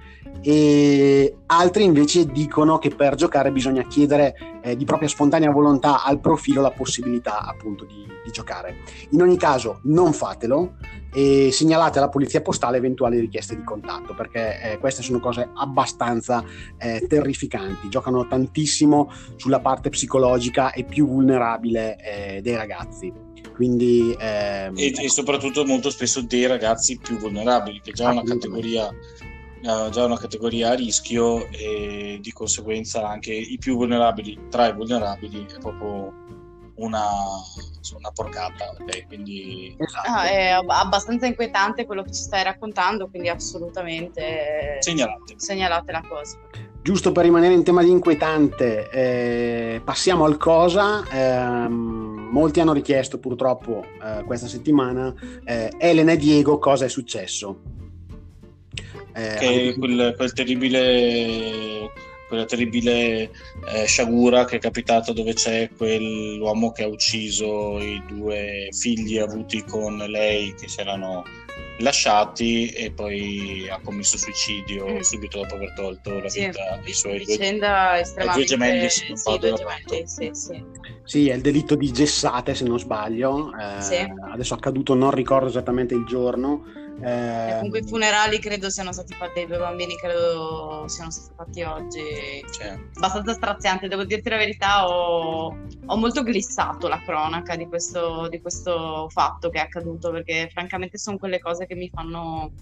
E altri invece dicono che per giocare bisogna chiedere eh, di propria spontanea volontà al profilo la possibilità appunto di, di giocare. In ogni caso non fatelo e segnalate alla polizia postale eventuali richieste di contatto, perché eh, queste sono cose abbastanza eh, terrificanti. Giocano tantissimo sulla parte psicologica e più vulnerabile eh, dei ragazzi. Quindi ehm, e, e soprattutto molto spesso dei ragazzi più vulnerabili, che già è una categoria già una categoria a rischio, e di conseguenza anche i più vulnerabili tra i vulnerabili è proprio una, una porcata, okay? Quindi esatto. ah, è abbastanza inquietante quello che ci stai raccontando, quindi assolutamente segnalate, segnalate la cosa. Giusto per rimanere in tema di inquietante, eh, passiamo al cosa. Eh, molti hanno richiesto purtroppo eh, questa settimana eh, Elena e Diego, cosa è successo? Eh, che quel, quel terribile quella terribile eh, sciagura che è capitata, dove c'è quell'uomo che ha ucciso i due figli avuti con lei, che si erano lasciati, e poi ha commesso suicidio mm. subito dopo aver tolto la sì, vita ai suoi vicenda due, estremamente... due gemelli, se non sì, due gemelli, sì, sì. Sì, è il delitto di Gessate, se non sbaglio. Eh, sì. Adesso è accaduto, non ricordo esattamente il giorno. Eh, comunque i funerali credo siano stati fatti, i due bambini credo siano stati fatti oggi. Cioè. Abbastanza straziante, devo dirti la verità. Ho, ho molto glissato la cronaca di questo, di questo fatto che è accaduto, perché francamente sono quelle cose che mi fanno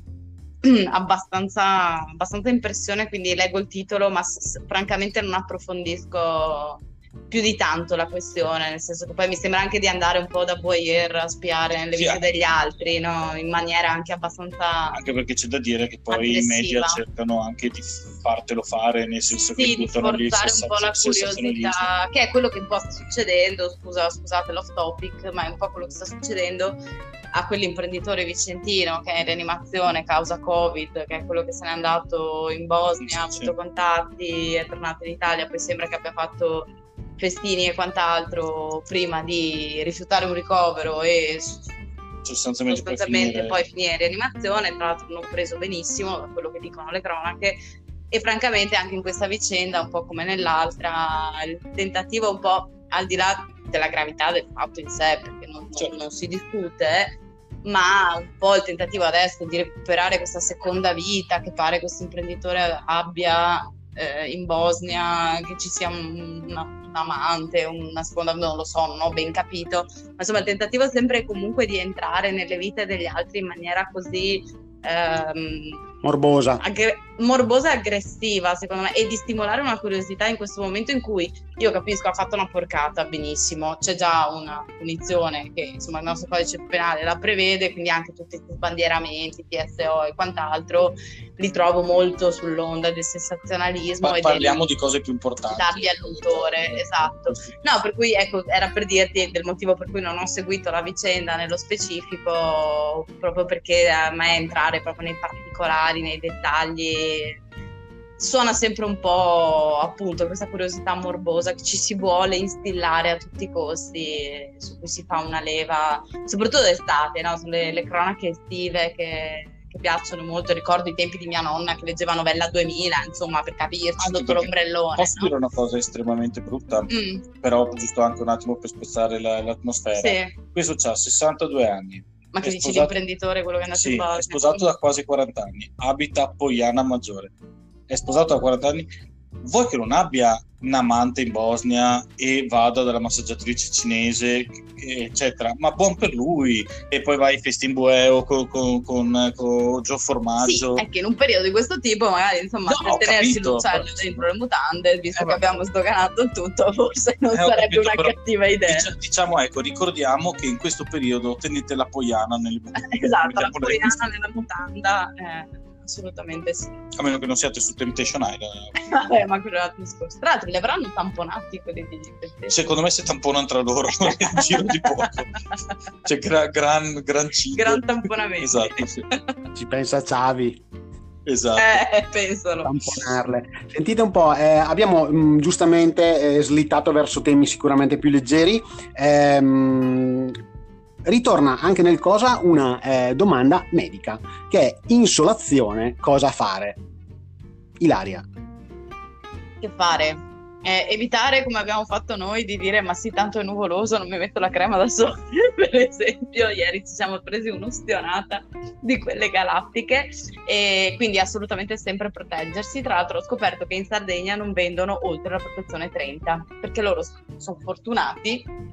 abbastanza, abbastanza impressione, quindi leggo il titolo, ma s- francamente non approfondisco più di tanto la questione, nel senso che poi mi sembra anche di andare un po' da voyeur a spiare nelle sì, vite anche. degli altri, no? In maniera anche abbastanza anche perché c'è da dire che poi aggressiva. I media cercano anche di fartelo fare, nel senso sì, che di buttano lì il forzare un po' la curiosità, che è quello che un po' sta succedendo. Scusa, scusate l'off topic, ma è un po' quello che sta succedendo a quell'imprenditore vicentino che è in rianimazione causa Covid, che è quello che se n'è andato in Bosnia, ha sì, avuto sì. contatti, è tornato in Italia, poi sembra che abbia fatto festini e quant'altro prima di rifiutare un ricovero e sostanzialmente, sostanzialmente poi, poi finire in rianimazione. Tra l'altro non preso benissimo, da quello che dicono le cronache, e francamente anche in questa vicenda, un po' come nell'altra, il tentativo, un po' al di là della gravità del fatto in sé, perché non, certo. non, non si discute, ma un po' il tentativo adesso di recuperare questa seconda vita che pare questo imprenditore abbia eh, in Bosnia, che ci sia un, una, un amante, una seconda, non lo so, non ho ben capito, ma insomma il tentativo è sempre comunque di entrare nelle vite degli altri in maniera così ehm, morbosa aggr- morbosa e aggressiva, secondo me, e di stimolare una curiosità in questo momento in cui, io capisco, ha fatto una porcata, benissimo, c'è già una punizione che insomma il nostro codice penale la prevede, quindi anche tutti questi sbandieramenti, T S O e quant'altro li trovo molto sull'onda del sensazionalismo. Ma e parliamo del, di cose più importanti, dargli all'autore, esatto. No, per cui ecco, era per dirti del motivo per cui non ho seguito la vicenda nello specifico, proprio perché a me entrare proprio nei particolari, nei dettagli suona sempre un po' appunto questa curiosità morbosa che ci si vuole instillare a tutti i costi, su cui si fa una leva, soprattutto d'estate, no? Sulle le cronache estive che, che piacciono molto. Ricordo i tempi di mia nonna che leggeva Novella duemila, insomma, per capirci, Anche sotto l'ombrellone. Posso no? dire una cosa estremamente brutta, Mm, però giusto anche un attimo per spezzare la- l'atmosfera. sì, Questo ha sessantadue anni. ma che È dici sposato- l'imprenditore, quello che è andato Sì, in Bosnia? è sposato da quasi quaranta anni, abita a Poiana Maggiore. È sposato da quaranta anni. Vuoi che non abbia un amante in Bosnia e vada dalla massaggiatrice cinese, eccetera? Ma buon per lui. E poi vai festin bueo con, con, con, con Gio Sì, Formaggio. è che in un periodo di questo tipo magari insomma No, ho per tenersi capito. l'uccello dentro le mutande, visto Eh, che vabbè. abbiamo sdoganato il tutto, forse non Eh, ho sarebbe capito, una però cattiva idea. dic- diciamo, ecco, ricordiamo che in questo periodo tenete la Poiana nelle Esatto, la mettiamola in- poliana nella mutanda, eh, assolutamente sì. a meno che non siate su Temptation Island. Vabbè, ma quello è l'altro discorso. Tra l'altro li avranno tamponati quelli di questi. Secondo me si tamponano tra loro nel giro di poco. C'è gra- gran, gran cibo. Gran tamponamento. Esatto, sì. Ci pensa Xavi. Esatto. Eh, pensalo. Tamponarle. Sentite un po', eh, abbiamo mh, giustamente eh, slittato verso temi sicuramente più leggeri. Ehm, ritorna anche nel cosa una eh, domanda medica, che è insolazione, cosa fare? Ilaria. Che fare? Eh, evitare, come abbiamo fatto noi, di dire ma sì, tanto è nuvoloso, non mi metto la crema da sole. Per esempio, ieri ci siamo presi un'ustionata di quelle galattiche, e quindi assolutamente sempre proteggersi. Tra l'altro ho scoperto che in Sardegna non vendono oltre la protezione trenta, perché loro sono fortunati,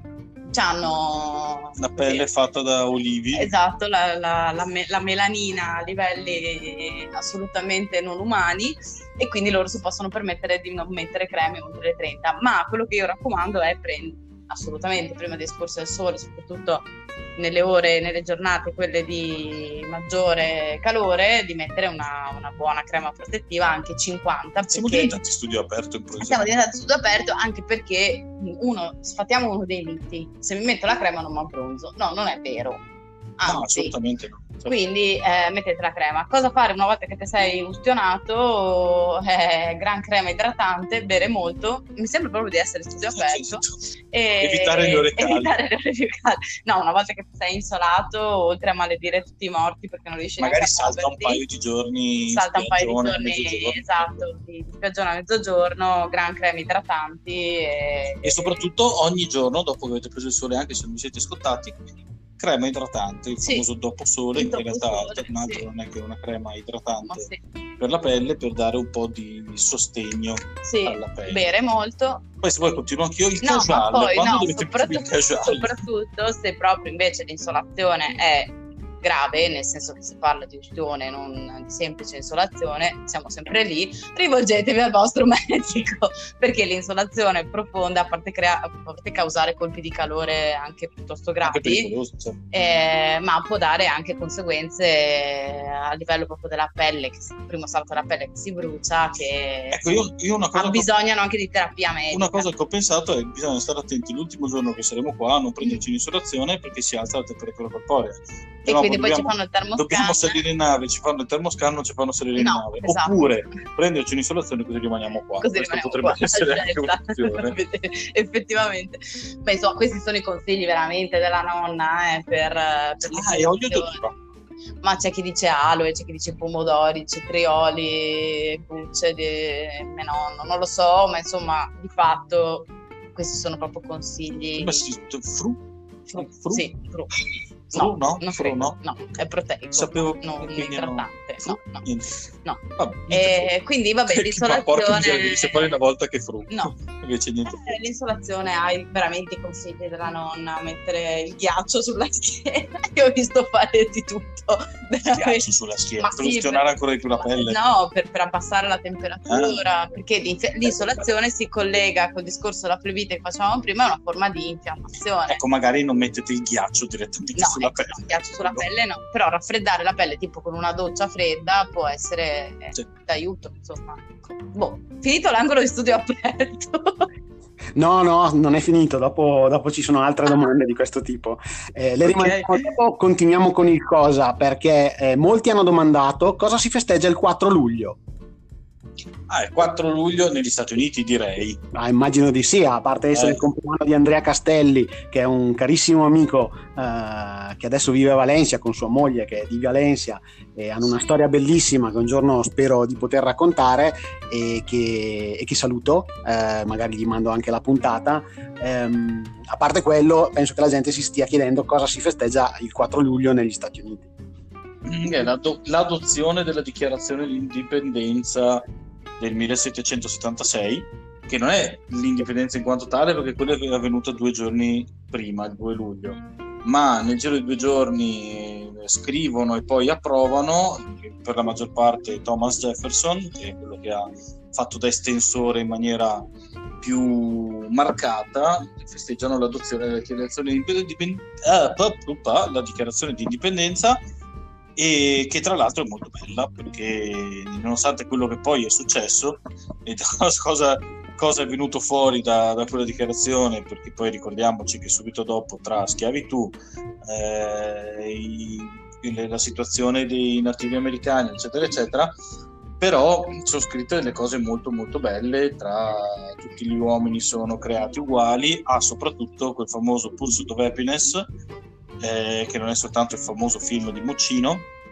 c'hanno La pelle sì, fatta da olivi. esatto, la, la- la me- la melanina a livelli assolutamente non umani, e quindi loro si possono permettere di non mettere creme oltre le trenta. Ma quello che io raccomando è prendere assolutamente prima di esporsi al sole, soprattutto nelle ore, nelle giornate quelle di maggiore calore, di mettere una, una buona crema protettiva, anche cinquanta, Siamo perché diventati studio aperto in progetto. siamo diventati tutto aperto, anche perché uno, sfattiamo uno dei miti: se mi metto la crema non mi abbronzo. No, non è vero, No, anzi. assolutamente no. Quindi eh, mettete la crema. Cosa fare una volta che ti sei ustionato? Eh, gran crema idratante, bere molto. Mi sembra proprio di essere studio aperto. E, Evitare le ore calde. evitare le ore calde. No, una volta che ti sei insolato, oltre a maledire tutti i morti perché non riesci Magari neanche a salta un muoverti, paio di giorni in salta un paio di spiaggione, a giorni, mezzogiorno. esatto, di di spiaggione a mezzogiorno, gran creme idratanti e, E soprattutto ogni giorno, dopo che avete preso il sole, anche se non vi siete scottati, crema idratante, il Sì. famoso dopo sole, Il che in realtà doposole, tra l'altro sì. non è che una crema ma idratante sì, per la pelle, per dare un po' di sostegno sì, alla pelle. bere molto. Poi se vuoi continuo anch'io il No, ma casual, poi quando no, dovete mettervi il soprattutto, casual? soprattutto se proprio invece l'insolazione è grave, nel senso che si parla di ustione, non di semplice insolazione, siamo sempre lì, rivolgetevi al vostro medico, perché l'insolazione profonda, a parte, crea- a parte causare colpi di calore anche piuttosto Anche gravi, pericoloso, cioè. eh, ma può dare anche conseguenze a livello proprio della pelle, che si- primo salto della pelle che si brucia, che Ecco, io, io una cosa che ho- abbisognano anche di terapia medica. Una cosa che ho pensato è che bisogna stare attenti l'ultimo giorno che saremo qua a non prenderci l'insolazione, perché si alza la temperatura corporea. E No, quindi poi ci dobbiamo- fanno il termoscan. Dobbiamo salire in nave, ci fanno il termoscan, non ci fanno salire in No, nave. esatto. Oppure prenderci un'isolazione così rimaniamo qua. Così Questo rimaniamo potrebbe qua, essere anche scelta. un'opzione. Effettivamente. Beh, insomma, questi sono i consigli veramente della nonna eh, per, per Ah, e olio l'insolazione. d'oliva. Ma c'è chi dice aloe, c'è chi dice pomodori, cetrioli, bucce di menonno, non lo so, ma insomma, di fatto questi sono proprio consigli. Come si dice? Fru? Fru? Fru? Sì, fru. Fru, no? non Fru, credo. no? No, è proteico, Sapevo no, non quindi idratante. Fru? No, no. Niente. No. Vabbè, niente E quindi vabbè, fru. Che ma porca miseria, l'insolazione. devi sapere una volta che fru. No. Invece niente. Eh, L'insolazione hai veramente i consigli della nonna, mettere il ghiaccio sulla schiena. Io ho visto fare di tutto. Ghiaccio sulla schiena, Ma per sì, ustionare per- ancora di più la pelle. No, per, per abbassare la temperatura, Ah. perché l'inf- l'insolazione si collega col discorso della flebite che facevamo prima, è una forma di infiammazione. Ecco, magari non mettete il ghiaccio direttamente No, sulla ecco, pelle. no, ghiaccio sulla pelle no, però raffreddare la pelle tipo con una doccia fredda può essere eh, Sì. d'aiuto, insomma. Ecco. Boh, finito l'angolo di studio aperto. No, no, non è finito, dopo, dopo ci sono altre domande di questo tipo. Eh, le Ok. rimaniamo dopo, continuiamo con il cosa, perché eh, molti hanno domandato cosa si festeggia il quattro luglio. Ah, il quattro luglio negli Stati Uniti, direi. Ah, immagino di sì, a parte essere Eh. il compleanno di Andrea Castelli, che è un carissimo amico eh, che adesso vive a Valencia con sua moglie che è di Valencia, e hanno una storia bellissima che un giorno spero di poter raccontare e che, e che saluto, eh, magari gli mando anche la puntata. Ehm, a parte quello, penso che la gente si stia chiedendo cosa si festeggia il quattro luglio negli Stati Uniti. È l'ado- l'adozione della dichiarazione di indipendenza del millesettecentosettantasei, che non è l'indipendenza in quanto tale, perché quella è avvenuta due giorni prima, il due luglio, ma nel giro di due giorni scrivono e poi approvano, per la maggior parte Thomas Jefferson, che è quello che ha fatto da estensore in maniera più marcata, festeggiano l'adozione della dichiarazione di indipendenza, ah, pa, pa, pa, la dichiarazione di indipendenza, e che tra l'altro è molto bella, perché nonostante quello che poi è successo e cosa, cosa è venuto fuori da, da quella dichiarazione, perché poi ricordiamoci che subito dopo, tra schiavitù, eh, i, la situazione dei nativi americani, eccetera eccetera, però sono scritte delle cose molto molto belle, tra tutti gli uomini sono creati uguali, ha soprattutto quel famoso Pursuit of Happiness, Eh, che non è soltanto il famoso film di Muccino,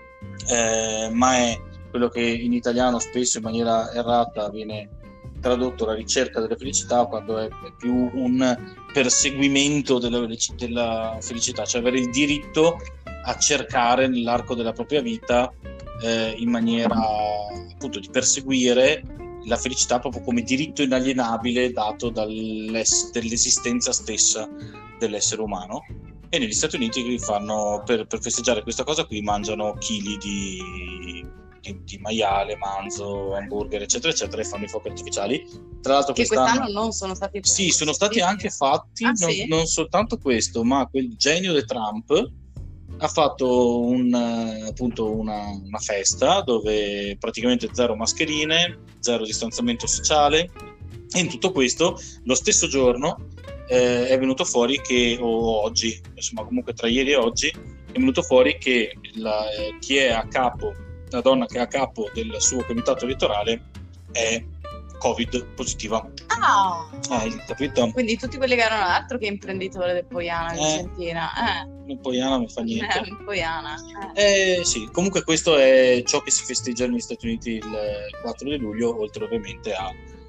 eh, ma è quello che in italiano spesso in maniera errata viene tradotto la ricerca della felicità, quando è, è più un perseguimento della, della felicità, cioè avere il diritto a cercare nell'arco della propria vita, eh, in maniera appunto di perseguire la felicità proprio come diritto inalienabile dato dall'esistenza stessa dell'essere umano. E negli Stati Uniti fanno, per, per festeggiare questa cosa qui, mangiano chili di, di, di maiale, manzo, hamburger, eccetera eccetera, e fanno i fuochi artificiali. Tra l'altro che quest'anno, quest'anno non sono stati sì, sono stati anche fatti, ah, non, sì? non soltanto questo, ma quel genio di Trump ha fatto un, appunto una, una festa dove praticamente zero mascherine, zero distanziamento sociale, e in tutto questo lo stesso giorno eh, è venuto fuori che, o oggi, insomma comunque tra ieri e oggi, è venuto fuori che la, eh, chi è a capo, la donna che è a capo del suo comitato elettorale è Covid positiva. Ah, Hai capito? quindi tutti quelli che erano altro che imprenditore del Poiana, Eh. Vicentina. Eh. Non Poiana non fa niente. Eh, Poiana. Eh. Eh, sì, comunque questo è ciò che si festeggia negli Stati Uniti il quattro di luglio, oltre ovviamente a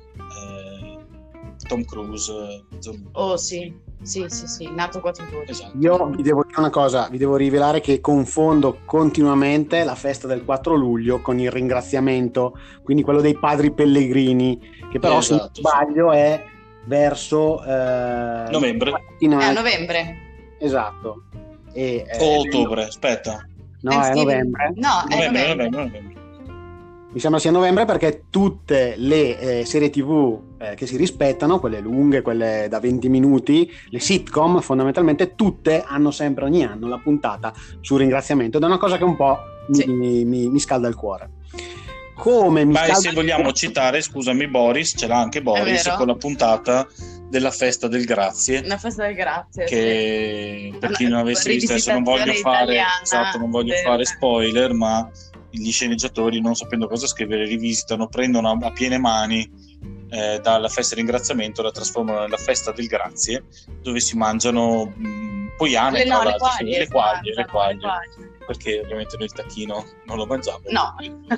eh, Tom Cruise. Insomma. Oh sì, sì, sì, sì, nato quattro giorni. Esatto. Io vi devo dire una cosa, vi devo rivelare che confondo continuamente la festa del quattro luglio con il ringraziamento, quindi quello dei padri pellegrini, che però se non Esatto, sbaglio è verso eh, Novembre. È a novembre. Esatto. E, eh, O ottobre, aspetta. no, è Thanksgiving. novembre. No, è Novembre, novembre. novembre, novembre. Mi sembra sia novembre perché tutte le eh, serie tivù eh, che si rispettano, quelle lunghe, quelle da venti minuti, le sitcom fondamentalmente, tutte hanno sempre ogni anno la puntata sul ringraziamento ed è una cosa che un po' mi, Sì. mi, mi, mi scalda il cuore. Come mi Ma scalda se il vogliamo cuore- citare, scusami Boris, ce l'ha anche Boris vero. con la puntata della festa del grazie, Una festa del grazie. che per chi Una non avesse visto, adesso non voglio rivisitazione fare, italiana esatto, non voglio del- fare spoiler, ma gli sceneggiatori, non sapendo cosa scrivere, rivisitano, prendono a, a piene mani eh, dalla festa del ringraziamento, la trasformano nella festa del grazie, dove si mangiano mh, poiane, Le, tra no, le l'altro, sì, quaglie. le quaglie, le esatto, quaglie, le quaglie. perché ovviamente noi il tacchino non lo mangiamo. No.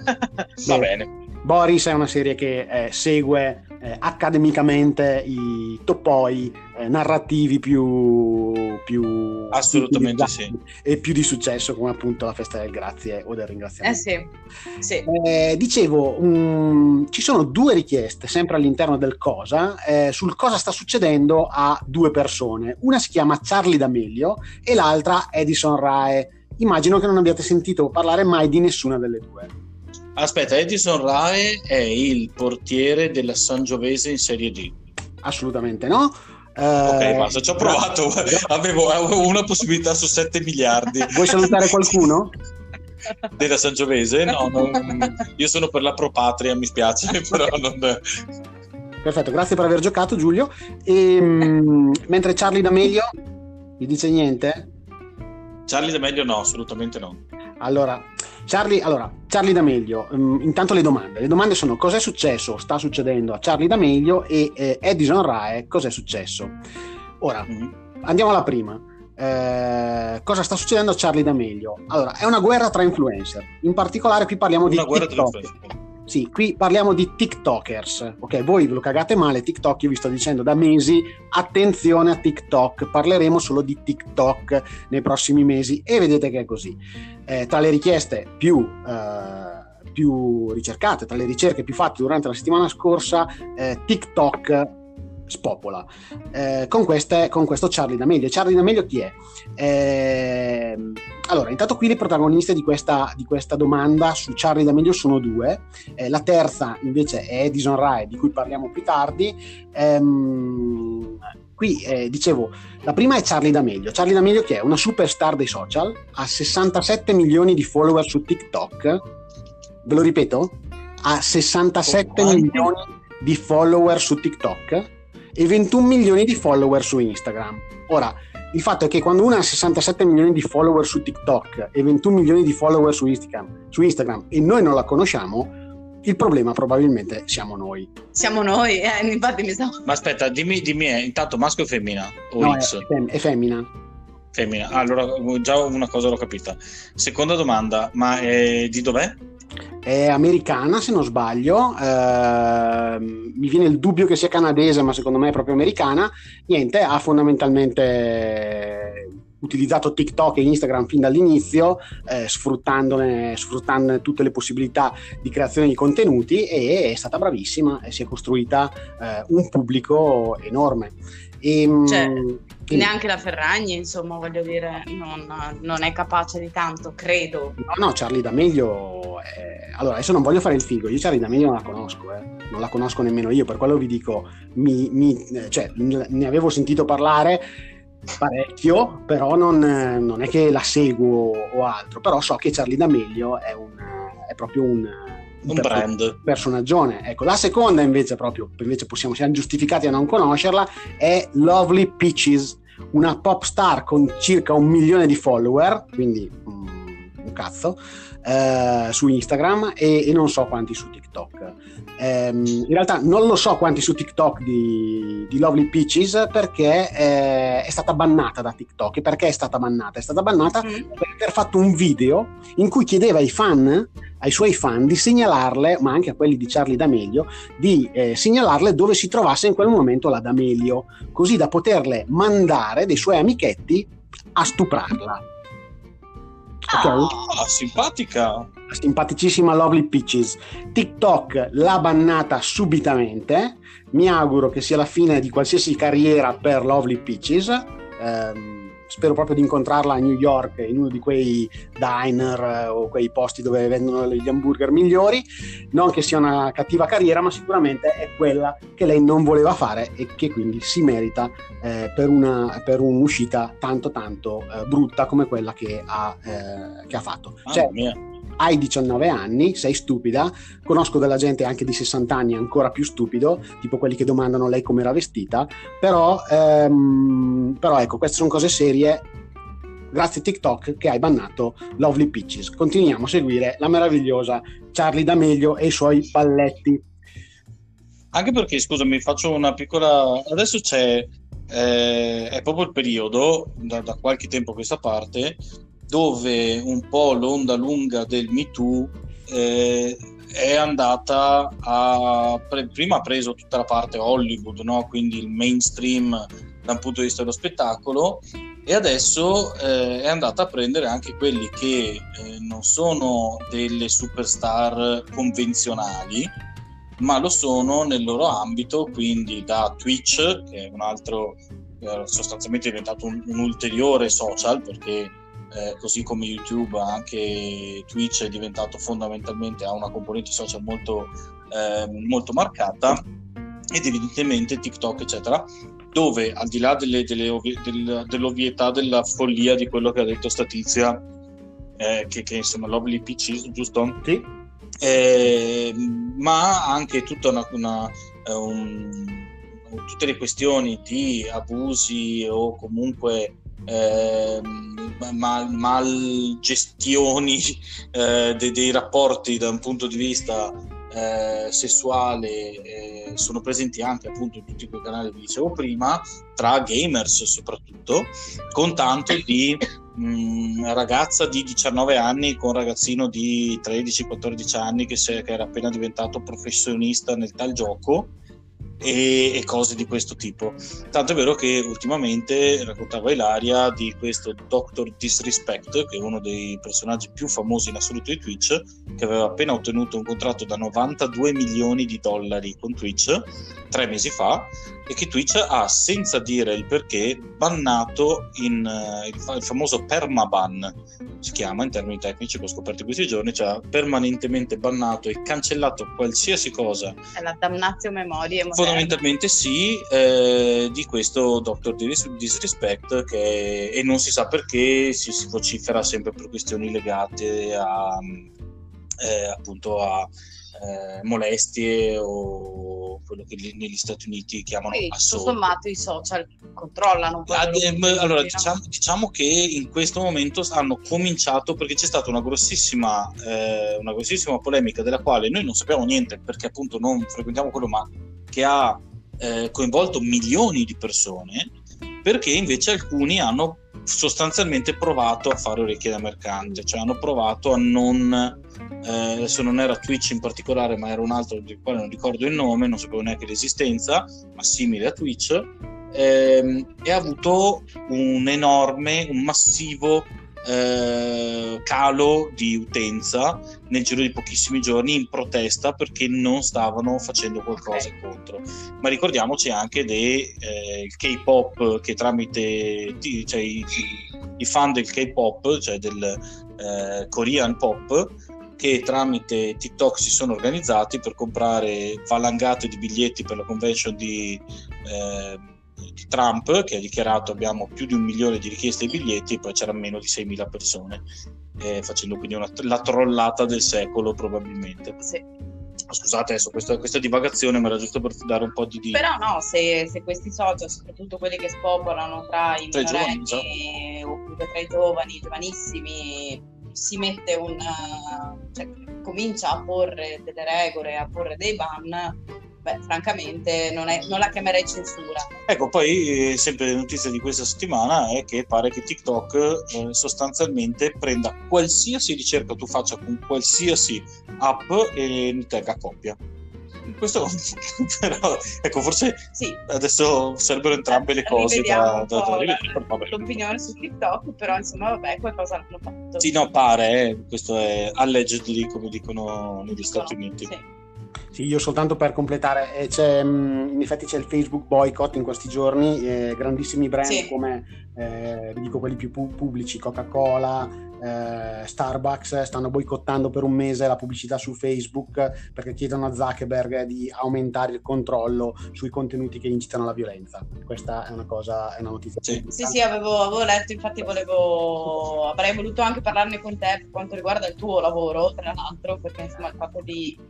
Va bene. Boris è una serie che eh, segue eh, accademicamente i topoi eh, narrativi più, più Assolutamente utilizzati e più di successo, come appunto la festa del grazie o del Eh ringraziamento. sì, sì. Eh, dicevo, um, ci sono due richieste sempre all'interno del cosa eh, sul cosa sta succedendo a due persone. Una si chiama Charlie D'Amelio e l'altra Edison Rae. Immagino che non abbiate sentito parlare mai di nessuna delle due. Aspetta, Edison Rae è il portiere della Sangiovese in Serie D. Assolutamente no. Eh, Ok, basta, ci ho provato. Avevo, avevo una possibilità su sette miliardi. Vuoi salutare qualcuno? Della Sangiovese? No, non- io sono per la Pro Patria, mi spiace, però non... Perfetto, grazie per aver giocato, Giulio. E, mm, mentre Charlie D'Amelio vi dice niente? Charlie D'Amelio no, assolutamente no. Allora, Charlie, allora, Charlie D'Amelio, um, intanto le domande. Le domande sono: cos'è successo, sta succedendo a Charlie D'Amelio, e eh, Edison Rae, cos'è successo? Ora, mm-hmm. andiamo alla prima. Eh, cosa sta succedendo a Charlie D'Amelio? Allora, è una guerra tra influencer. In particolare qui parliamo una di TikTok. Sì, qui parliamo di TikTokers, ok? Voi ve lo cagate male, TikTok, io vi sto dicendo da mesi, attenzione a TikTok, parleremo solo di TikTok nei prossimi mesi, e vedete che è così. Eh, tra le richieste più, eh, più ricercate, tra le ricerche più fatte durante la settimana scorsa, eh, TikTok spopola eh, con, queste, con questo Charlie D'Amelio. Charlie D'Amelio chi è? Eh, allora, intanto qui le protagoniste di questa, di questa domanda su Charlie D'Amelio sono due, eh, la terza invece è Edison Rae, di cui parliamo più tardi. Ehm, qui eh, dicevo, la prima è Charlie D'Amelio. Charlie D'Amelio che è una superstar dei social, ha sessantasette milioni di follower su TikTok, ve lo ripeto, ha sessantasette oh, milioni di follower su TikTok e ventuno milioni di follower su Instagram. Ora, il fatto è che quando uno ha sessantasette milioni di follower su TikTok e ventuno milioni di follower su Instagram, su Instagram e noi non la conosciamo, il problema probabilmente siamo noi. Siamo noi, eh, infatti mi sa. Ma aspetta, dimmi, dimmi è intanto maschio o femmina? O no, X? È, fem- è femmina. Femmina, allora già una cosa l'ho capita. Seconda domanda, ma è, di dov'è? È americana, se non sbaglio, eh, mi viene il dubbio che sia canadese, ma secondo me è proprio americana. Niente, ha fondamentalmente utilizzato TikTok e Instagram fin dall'inizio, eh, sfruttandone, sfruttandone tutte le possibilità di creazione di contenuti, e è stata bravissima e si è costruita eh, un pubblico enorme. E, cioè, e... neanche la Ferragni, insomma, voglio dire, non, non è capace di tanto, credo. No, no, Charlie D'Amelio è... allora, adesso non voglio fare il figo, io Charlie D'Amelio non la conosco, eh. non la conosco nemmeno io, per quello vi dico, mi, mi, cioè, ne avevo sentito parlare parecchio, però non, non è che la seguo o altro, però so che Charlie D'Amelio è, un, è proprio un un brand, personaggione. Ecco, la seconda invece proprio, invece possiamo, siamo giustificati a non conoscerla, è Lovely Peaches, una pop star con circa un milione di follower, quindi um, un cazzo, eh, su Instagram e, e non so quanti su TikTok. Um, in realtà non lo so quanti su TikTok di, di Lovely Peaches, perché eh, è stata bannata da TikTok. E perché è stata bannata? È stata bannata mm. per aver fatto un video in cui chiedeva ai fan, ai suoi fan, di segnalarle, ma anche a quelli di Charlie D'Amelio, di eh, segnalarle dove si trovasse in quel momento la D'Amelio, così da poterle mandare dei suoi amichetti a stuprarla. Okay? Ah, simpatica, simpaticissima Lovely Peaches. TikTok l'ha bannata subitamente. Mi auguro che sia la fine di qualsiasi carriera per Lovely Peaches. ehm, spero proprio di incontrarla a New York, in uno di quei diner eh, o quei posti dove vendono gli hamburger migliori. Non che sia una cattiva carriera, ma sicuramente è quella che lei non voleva fare e che quindi si merita eh, per, una, per un'uscita tanto tanto eh, brutta come quella che ha, eh, che ha fatto. Ah, cioè, mia. Hai diciannove anni, sei stupida, conosco della gente anche di sessanta anni ancora più stupido, tipo quelli che domandano lei come era vestita, però, ehm, però ecco, queste sono cose serie. Grazie TikTok che hai bannato Lovely Peaches. Continuiamo a seguire la meravigliosa Charlie D'Amelio e i suoi balletti. Anche perché, scusami, faccio una piccola... Adesso c'è, eh, è proprio il periodo, da, da qualche tempo a questa parte, dove un po' l'onda lunga del Me Too eh, è andata a pre- prima ha preso tutta la parte Hollywood, no? Quindi il mainstream da un punto di vista dello spettacolo, e adesso eh, è andata a prendere anche quelli che eh, non sono delle superstar convenzionali, ma lo sono nel loro ambito, quindi da Twitch, che è un altro eh, sostanzialmente è diventato un, un ulteriore social, perché Eh, così come YouTube, anche Twitch è diventato fondamentalmente, ha una componente social molto, eh, molto marcata, ed evidentemente TikTok eccetera, dove al di là delle, delle ovvi- del, dell'ovvietà, della follia di quello che ha detto Statizia, eh, che, che insomma Lovely Peaches, giusto? Sì. Eh, ma anche tutta una, una un, tutte le questioni di abusi o comunque eh, mal, mal gestioni eh, dei, dei rapporti da un punto di vista eh, sessuale eh, sono presenti anche appunto in tutti quei canali che vi dicevo prima, tra gamers soprattutto, con tanto di mh, ragazza di diciannove anni con ragazzino di tredici quattordici anni che, se, che era appena diventato professionista nel tal gioco e, e cose di questo tipo. Tanto è vero che ultimamente raccontava Ilaria di questo doctor Disrespect, che è uno dei personaggi più famosi in assoluto di Twitch, che aveva appena ottenuto un contratto da novantadue milioni di dollari con Twitch tre mesi fa, e che Twitch ha, senza dire il perché, bannato in uh, il, fa- il famoso permaban, si chiama in termini tecnici, che ho scoperto questi giorni, cioè permanentemente bannato e cancellato qualsiasi cosa. È la damnatio memoria moderna. Fondamentalmente sì, eh, di questo doctor Disrespect, che, e non si sa perché si, si vocifera sempre per questioni legate a eh, appunto a eh, molestie o quello che li, negli Stati Uniti chiamano Quindi, assault. tutto sommato i social controllano. Ah, eh, allora diciamo, diciamo che in questo momento hanno cominciato, perché c'è stata una grossissima eh, una grossissima polemica della quale noi non sappiamo niente, perché appunto non frequentiamo quello, ma che ha eh, coinvolto milioni di persone, perché invece alcuni hanno sostanzialmente provato a fare orecchie da mercante, cioè hanno provato a non eh, adesso non era Twitch in particolare, ma era un altro del quale non ricordo il nome, non sapevo neanche l'esistenza, ma simile a Twitch, ehm, e ha avuto un enorme, un massivo eh, calo di utenza nel giro di pochissimi giorni, in protesta perché non stavano facendo qualcosa okay. contro. Ma ricordiamoci anche del eh, K-pop, che tramite cioè, i, i fan del K-pop, cioè del eh, Korean pop, che tramite TikTok si sono organizzati per comprare valangate di biglietti per la convention di eh, di Trump, che ha dichiarato abbiamo più di un milione di richieste di biglietti, e poi c'erano meno di seimila persone, eh, facendo quindi una, la trollata del secolo probabilmente. Sì. Scusate adesso questa, questa divagazione, ma era giusto per dare un po' di... di... Però no, se, se questi social, soprattutto quelli che spopolano tra i tra minorenni giovani, oppure tra i giovani, giovanissimi, si mette un... cioè comincia a porre delle regole, a porre dei ban, beh, francamente non, è, non la chiamerei censura. Ecco, poi eh, sempre notizia di questa settimana è che pare che TikTok eh, sostanzialmente prenda qualsiasi ricerca tu faccia con qualsiasi app e ne tenga copia. Questo però, ecco, forse sì. Adesso sarebbero entrambe le cose da, da, da rivedere. Vabbè. L'opinione su TikTok, però insomma vabbè, qualcosa hanno fatto. Sì, no, pare, eh, questo è allegedly, come dicono negli Stati no, Uniti. Sì. Sì, io soltanto per completare, eh, c'è, mh, in effetti c'è il Facebook boycott in questi giorni, eh, grandissimi brand sì. come, eh, vi dico quelli più pu- pubblici, Coca-Cola, eh, Starbucks, stanno boicottando per un mese la pubblicità su Facebook perché chiedono a Zuckerberg di aumentare il controllo sui contenuti che incitano alla violenza. Questa è una cosa, è una notizia. Sì, sì, sì avevo, avevo letto, infatti volevo, avrei voluto anche parlarne con te per quanto riguarda il tuo lavoro, tra l'altro, perché insomma il fatto di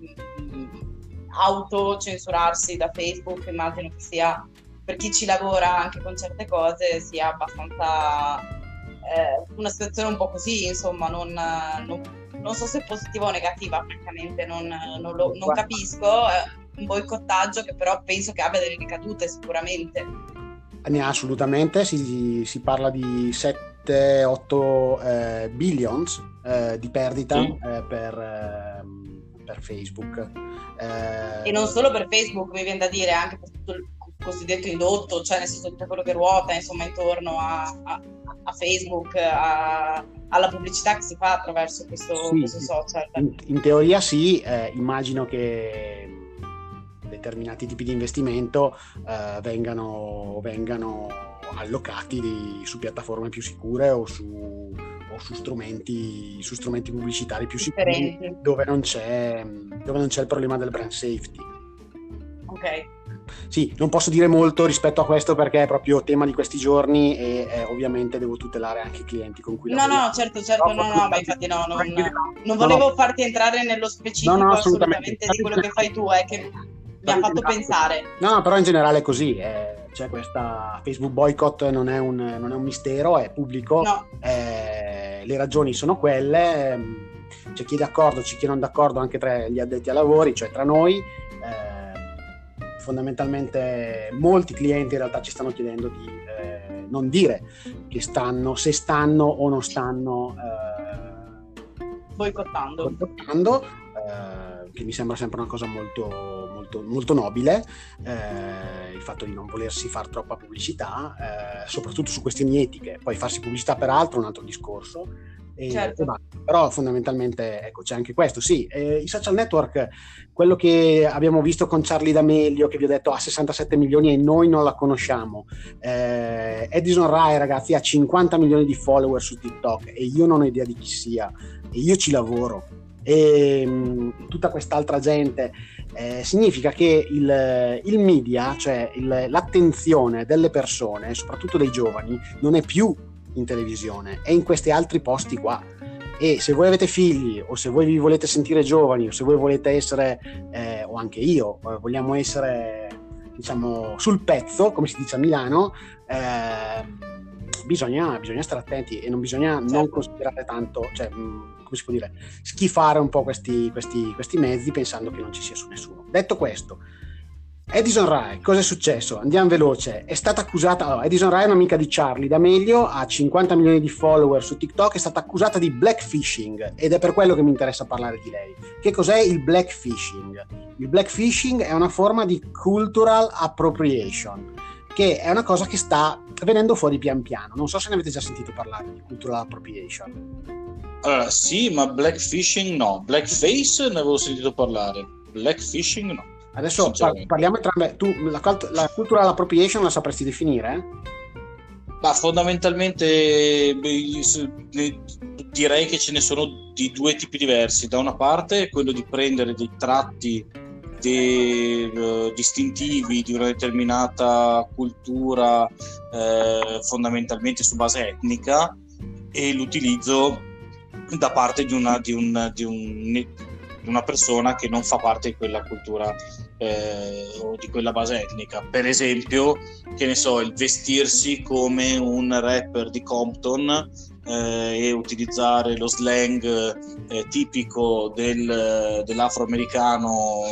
autocensurarsi da Facebook immagino che sia, per chi ci lavora anche con certe cose, sia abbastanza eh, una situazione un po' così, insomma non, non, non so se positiva o negativa, francamente non, non, lo, non capisco, è un boicottaggio che però penso che abbia delle ricadute sicuramente. Ne ha assolutamente, si, si parla di sette otto eh, billions eh, di perdita sì. eh, per, eh, per Facebook. Eh, e non solo per Facebook, mi viene da dire, anche per tutto il cosiddetto indotto, cioè nel senso tutto quello che ruota insomma intorno a, a, a Facebook, a, alla pubblicità che si fa attraverso questo, sì, questo social. In, in teoria sì, eh, immagino che determinati tipi di investimento eh, vengano, vengano allocati di, su piattaforme più sicure o su, o su strumenti su strumenti pubblicitari più sicuri dove non c'è dove non c'è il problema del brand safety. Ok. Sì, non posso dire molto rispetto a questo perché è proprio tema di questi giorni e eh, ovviamente devo tutelare anche i clienti con cui no lavoro. No, certo, certo, no, no, no, ma infatti no, non, non no, volevo no. farti entrare nello specifico no, no, assolutamente, assolutamente di quello che fai tu, è che mi ha fatto pensare. No, no, però in generale è così, eh, c'è questa Facebook boycott, non è un, non è un mistero, è pubblico, No. eh, le ragioni sono quelle, ehm, c'è chi è d'accordo, c'è chi non è d'accordo anche tra gli addetti ai lavori, cioè tra noi. Eh, fondamentalmente molti clienti in realtà ci stanno chiedendo di eh, non dire che stanno, se stanno o non stanno eh, boicottando, boicottando eh, che mi sembra sempre una cosa molto, molto, molto nobile, eh, il fatto di non volersi far troppa pubblicità, eh, soprattutto su questioni etiche. Poi farsi pubblicità per altro è un altro discorso. E, certo. e però fondamentalmente ecco, c'è anche questo, sì, eh, i social network, quello che abbiamo visto con Charli D'Amelio, che vi ho detto ha sessantasette milioni e noi non la conosciamo, eh, Edison Rai, ragazzi, ha cinquanta milioni di follower su TikTok e io non ho idea di chi sia, e io ci lavoro, e mh, tutta quest'altra gente, eh, significa che il, il media, cioè il, l'attenzione delle persone, soprattutto dei giovani, non è più in televisione, è in questi altri posti qua. E se voi avete figli, o se voi vi volete sentire giovani, o se voi volete essere eh, o anche io eh, vogliamo essere, diciamo, sul pezzo, come si dice a Milano, eh, bisogna, bisogna stare attenti e non bisogna certo. non considerare tanto, cioè mh, come si può dire, schifare un po' questi, questi, questi mezzi pensando che non ci sia su nessuno. Detto questo, Edison Rai, cosa è successo? Andiamo veloce. È stata accusata, allora, Edison Rai è un'amica di Charli D'Amelio, ha cinquanta milioni di follower su TikTok, è stata accusata di blackfishing ed è per quello che mi interessa parlare di lei. Che cos'è il blackfishing? Il blackfishing è una forma di cultural appropriation, che è una cosa che sta venendo fuori pian piano. Non so se ne avete già sentito parlare di cultural appropriation. Allora, sì, ma blackfishing no. Blackface ne avevo sentito parlare. Blackfishing no. Adesso par- parliamo entrambe. Tu la, la cultural appropriation la sapresti definire? Ma fondamentalmente beh, direi che ce ne sono di due tipi diversi. Da una parte quello di prendere dei tratti de, uh, distintivi di una determinata cultura, eh, fondamentalmente su base etnica, e l'utilizzo da parte di una, di un, di un, di una persona che non fa parte di quella cultura eh, o di quella base etnica. Per esempio, che ne so, il vestirsi come un rapper di Compton eh, e utilizzare lo slang eh, tipico del, dell'afroamericano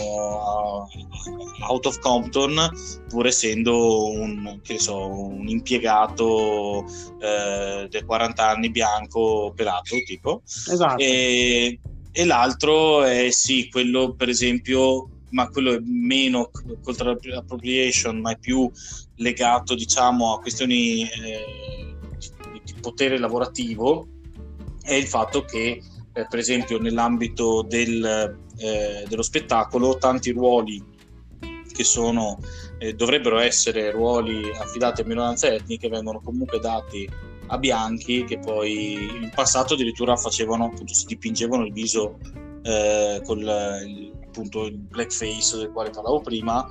uh, out of Compton, pur essendo un, che ne so, un impiegato eh, del quaranta anni bianco pelato tipo. Esatto. E, e l'altro è sì, quello per esempio, ma quello è meno cultural appropriation, ma è più legato, diciamo, a questioni eh, di, di potere lavorativo, è il fatto che eh, per esempio nell'ambito del, eh, dello spettacolo tanti ruoli che sono eh, dovrebbero essere ruoli affidati a minoranze etniche vengono comunque dati a bianchi, che poi in passato addirittura facevano, appunto, si dipingevano il viso eh, con il, appunto il blackface del quale parlavo prima,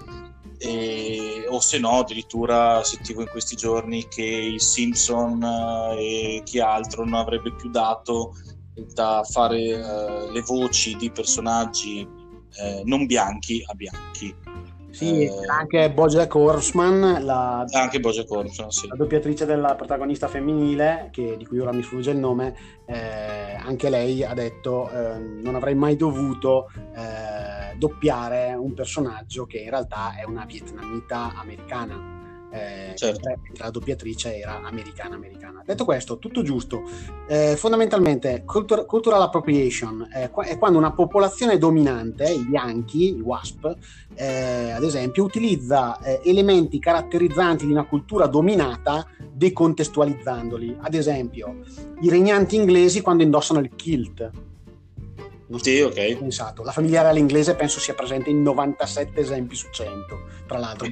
e, o se no addirittura sentivo in questi giorni che i Simpson eh, e chi altro non avrebbe più dato da fare eh, le voci di personaggi eh, non bianchi a bianchi. Sì, eh, anche BoJack Horseman, la, anche BoJack Horseman, sì. la doppiatrice della protagonista femminile, che, di cui ora mi sfugge il nome, eh, anche lei ha detto eh, non avrei mai dovuto eh, doppiare un personaggio che in realtà è una vietnamita americana. Eh, certo. La doppiatrice era americana americana. Detto questo, tutto giusto. Eh, fondamentalmente cultur- cultural appropriation eh, è quando una popolazione dominante, i bianchi, i W A S P, eh, ad esempio, utilizza eh, elementi caratterizzanti di una cultura dominata decontestualizzandoli. Ad esempio, i regnanti inglesi quando indossano il kilt. Non so, sì, ok. Pensato. La famiglia reale inglese penso sia presente in novantasette esempi su cento, tra l'altro.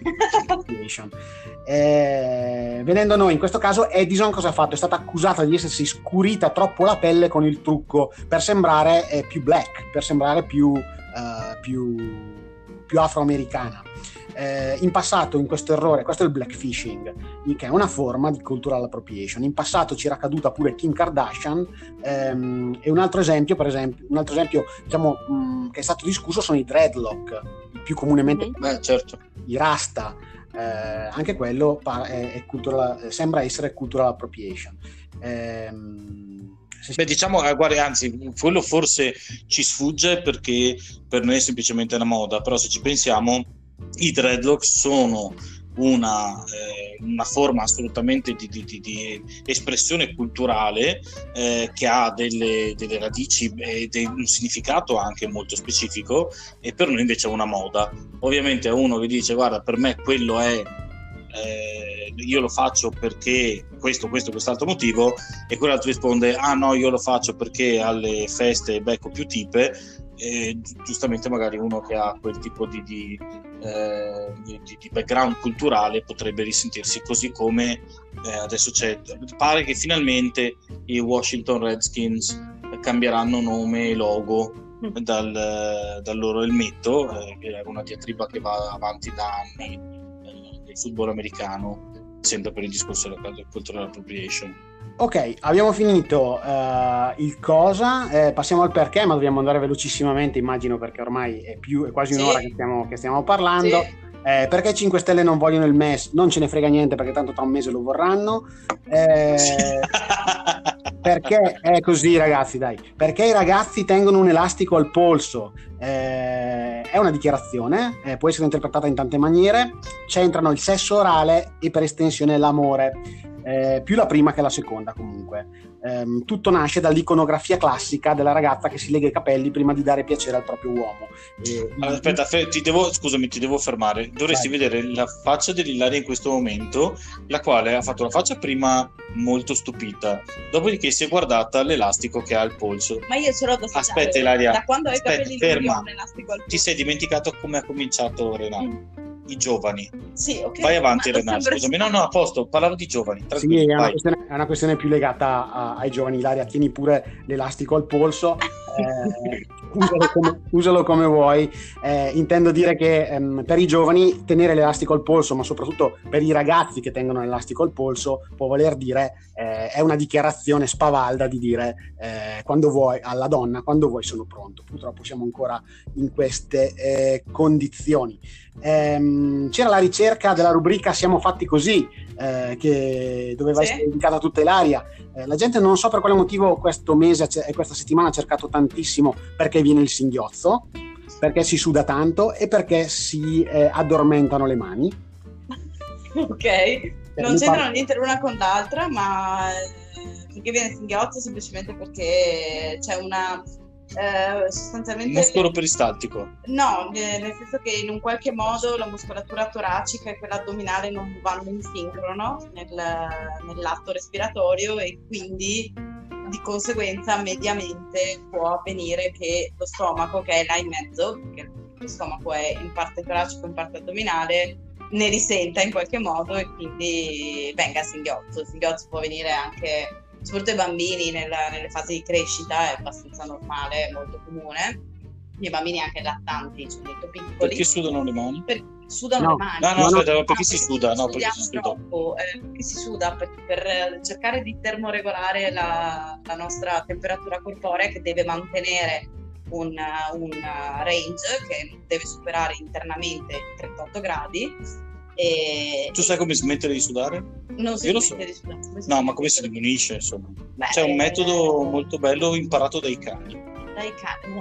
eh, venendo a noi, in questo caso Edison cosa ha fatto? È stata accusata di essersi scurita troppo la pelle con il trucco per sembrare eh, più black, per sembrare più, uh, più, più afroamericana. Eh, in passato, in questo errore, questo è il blackfishing, che è una forma di cultural appropriation. In passato ci era caduta pure Kim Kardashian, ehm, e un altro esempio, per esempio, un altro esempio diciamo, mh, che è stato discusso sono i dreadlock, più comunemente mm-hmm. Beh, certo. i rasta. eh, anche quello pa- è, è cultural, sembra essere cultural appropriation. Ehm, se... Beh, diciamo, eh, guarda, anzi, quello forse ci sfugge perché per noi è semplicemente una moda, però se ci pensiamo, i dreadlocks sono una, eh, una forma assolutamente di, di, di, di espressione culturale eh, che ha delle, delle radici e de- un significato anche molto specifico, e per noi invece è una moda. Ovviamente a uno che dice guarda, per me quello è eh, io lo faccio perché questo, questo, quest'altro motivo, e quell'altro risponde ah no, io lo faccio perché alle feste becco più tipe, e giustamente magari uno che ha quel tipo di, di, eh, di, di background culturale potrebbe risentirsi così, come eh, adesso c'è, pare che finalmente i Washington Redskins cambieranno nome e logo dal, dal loro elmetto, eh, che è una diatriba che va avanti da anni eh, nel football americano, sempre per il discorso della cultural appropriation. Ok, abbiamo finito uh, il cosa, eh, passiamo al perché, ma dobbiamo andare velocissimamente, immagino, perché ormai è, più, è quasi un'ora sì. che, stiamo, che stiamo parlando. Sì. Eh, perché i cinque Stelle non vogliono il M E S? Non ce ne frega niente, perché tanto tra un mese lo vorranno. Eh, perché è così, ragazzi, dai. Perché i ragazzi tengono un elastico al polso. Eh, è una dichiarazione, eh, può essere interpretata in tante maniere. C'entrano il sesso orale e per estensione l'amore. Eh, più la prima che la seconda, comunque. Eh, tutto nasce dall'iconografia classica della ragazza che si lega i capelli prima di dare piacere al proprio uomo. Eh, allora, aspetta, ti devo, scusami, ti devo fermare. Dovresti vai. vedere la faccia dell'Ilaria in questo momento, la quale ha fatto una faccia prima molto stupita, dopodiché si è guardata l'elastico che ha al polso. Ma io ce l'ho da assaggiare. Aspetta, Ilaria, da quando ho i aspetta, capelli ferma. lunghi ho un elastico al polso. Ti sei dimenticato come ha cominciato Renato? Mm. I giovani. Sì, ok. Vai avanti, Ma Renato, scusami. No, no, a posto, parlavo di giovani. Sì, è una, questione, è una questione più legata a, ai giovani. Ilaria, tieni pure l'elastico al polso, eh, usalo, come, usalo come vuoi. Eh, intendo dire che ehm, per i giovani tenere l'elastico al polso, ma soprattutto per i ragazzi che tengono l'elastico al polso, può voler dire, eh, è una dichiarazione spavalda di dire eh, quando vuoi, alla donna, quando vuoi sono pronto. Purtroppo siamo ancora in queste eh, condizioni. Ehm, c'era la ricerca della rubrica Siamo fatti così, eh, che doveva sì. essere dedicata a tutta Ilaria. Eh, la gente non so per quale motivo questo mese e questa settimana ha cercato tantissimo perché viene il singhiozzo, perché si suda tanto e perché si eh, addormentano le mani. Ok, eh, non c'entrano niente l'una con l'altra, ma perché viene il singhiozzo semplicemente perché c'è una Eh, sostanzialmente muscolo peristaltico. No, nel senso che in un qualche modo la muscolatura toracica e quella addominale non vanno in sincrono nel, nell'atto respiratorio, e quindi di conseguenza mediamente può avvenire che lo stomaco, che è là in mezzo, perché lo stomaco è in parte toracico e in parte addominale, ne risenta in qualche modo e quindi venga a singhiozzo. Il singhiozzo può venire anche soprattutto ai bambini nella, nelle fasi di crescita, è abbastanza normale, è molto comune. I bambini anche lattanti, cioè molto piccoli. Perché sudano le mani? Per, sudano no. le mani. No, no, aspetta, perché ah, si suda? No, perché si suda? Troppo, eh, perché si suda per, per cercare di termoregolare la, la nostra temperatura corporea, che deve mantenere un, un range che non deve superare internamente i trentotto gradi. E tu sai come smettere di sudare? Non si Io lo smette so. di sudare. No, ma come si diminuisce, insomma. Beh, c'è un metodo eh, molto bello imparato dai cani. Dai cani?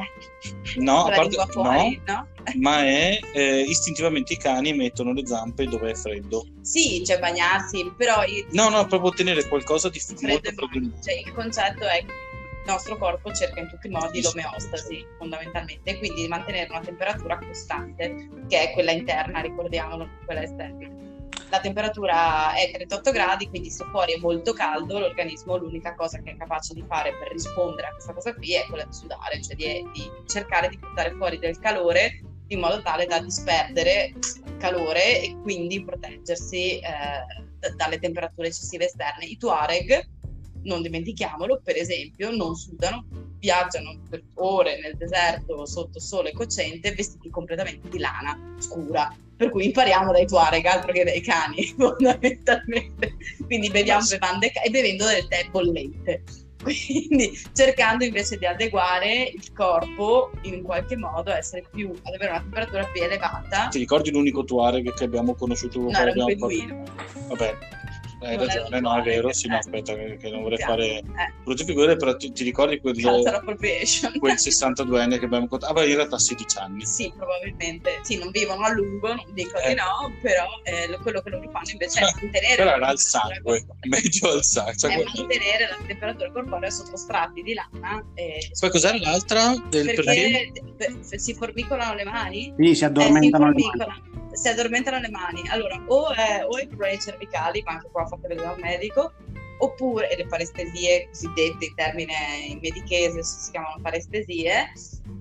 No, a parte, fuori, no, no? ma è eh, istintivamente i cani mettono le zampe dove è freddo. Sì, cioè bagnarsi, però io... No, no, proprio ottenere qualcosa di freddo, molto freddo. cioè, il concetto è che il nostro corpo cerca in tutti i modi l'omeostasi, fondamentalmente, quindi di mantenere una temperatura costante, che è quella interna, ricordiamolo, quella estetica. La temperatura è trentotto gradi, quindi se fuori è molto caldo, l'organismo l'unica cosa che è capace di fare per rispondere a questa cosa qui è quella di sudare, cioè di, di cercare di buttare fuori del calore in modo tale da disperdere calore e quindi proteggersi eh, d- dalle temperature eccessive esterne. I Tuareg, non dimentichiamolo, per esempio, non sudano, viaggiano per ore nel deserto sotto sole cocente vestiti completamente di lana scura, per cui impariamo dai Tuareg altro che dai cani fondamentalmente, quindi beviamo bevande e bevendo del tè bollente. quindi cercando invece di adeguare il corpo in qualche modo a essere più, ad avere una temperatura più elevata. Ti ricordi l'unico Tuareg che abbiamo conosciuto? No, era un beduino. Vabbè, hai Non ragione, era no, è uguale, vero, sì, no, eh. aspetta, che, che non vorrei Sì, fare eh. brutte figure, però ti, ti ricordi quel, Cultural appropriation. quel sessantaduenne che abbiamo incontrato? Ah, beh, in realtà sedici anni. Sì, probabilmente. Sì, non vivono a lungo, non dico Eh. di no, però eh, quello che loro fanno invece è mantenere Però la era al temperatura sangue, corporea. meglio al sangue. Cioè, È guarda. mantenere la temperatura corporea sotto strati di lana. E... Poi cos'era l'altra? Del Perché per- si formicolano le mani? Sì, si Eh, si addormentano le mani. formicolano, si addormentano le mani. Allora, o è, o è problemi cervicali, ma anche qua fate vedere da un medico, oppure e le parestesie cosiddette in termine in medichese si chiamano parestesie,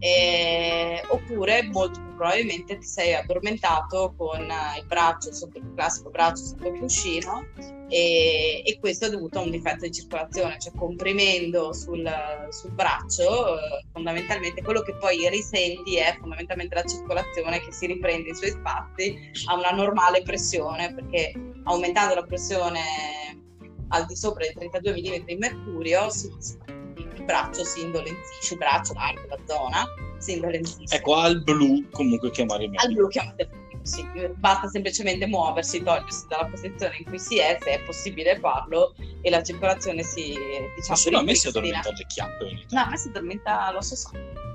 e, oppure molto probabilmente ti sei addormentato con il braccio sotto il classico braccio sotto il cuscino, e, e questo è dovuto a un difetto di circolazione, cioè comprimendo sul, sul braccio eh, fondamentalmente quello che poi risenti è fondamentalmente la circolazione che si riprende i suoi spazi a una normale pressione, perché aumentando la pressione al di sopra dei trentadue millimetri di mercurio si, il braccio si indolenzisce, il braccio, l'arco, la zona si indolenzisce. Ecco, al blu comunque chiamare meglio. Al blu chiamate sì, basta semplicemente muoversi, togliersi dalla posizione in cui si è, se è possibile farlo, e la circolazione si, diciamo, Ma solo a me si ripristina. addormenta alle chiappe ogni tanto. No, a me si addormenta l'osso sacro.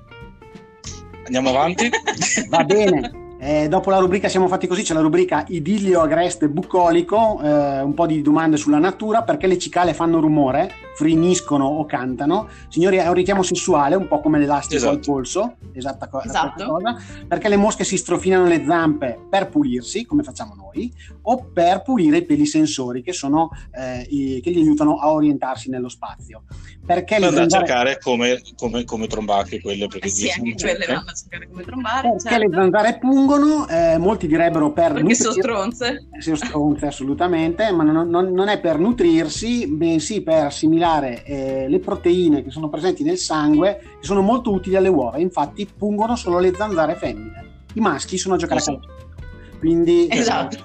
Andiamo avanti? Va bene. Eh, dopo la rubrica Siamo fatti così c'è la rubrica Idillio agreste bucolico, eh, un po' di domande sulla natura, perché le cicale fanno rumore, friniscono o cantano. Signori, è un richiamo sessuale, un po' come l'elastico Esatto. al polso, esatta co- Esatto. cosa, perché le mosche si strofinano le zampe per pulirsi, come facciamo noi, o per pulire i peli sensori che sono eh, i, che gli aiutano a orientarsi nello spazio. Perché Per le andare a zanzare, cercare come, come, come trombacche quelle, perché Eh sì, anche diciamo- quelle vanno a cercare come trombare, perché certo. le zanzare pungono, eh, molti direbbero per Perché sono nutrirsi. stronze. Sono stronze assolutamente, ma non, non- non è per nutrirsi, bensì per assimilare eh, le proteine che sono presenti nel sangue, che sono molto utili alle uova. Infatti pungono solo le zanzare femmine, i maschi sono a giocare a Sì. calcio. Quindi Esatto.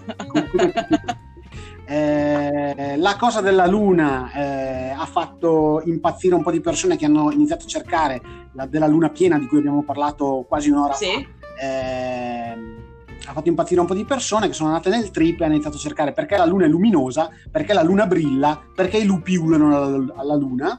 Eh, la cosa della luna eh, ha fatto impazzire un po' di persone che hanno iniziato a cercare la della luna piena, di cui abbiamo parlato quasi un'ora Sì. fa. Eh, ha fatto impazzire un po' di persone che sono andate nel trip e hanno iniziato a cercare perché la luna è luminosa, perché la luna brilla, perché i lupi ululano alla, alla luna.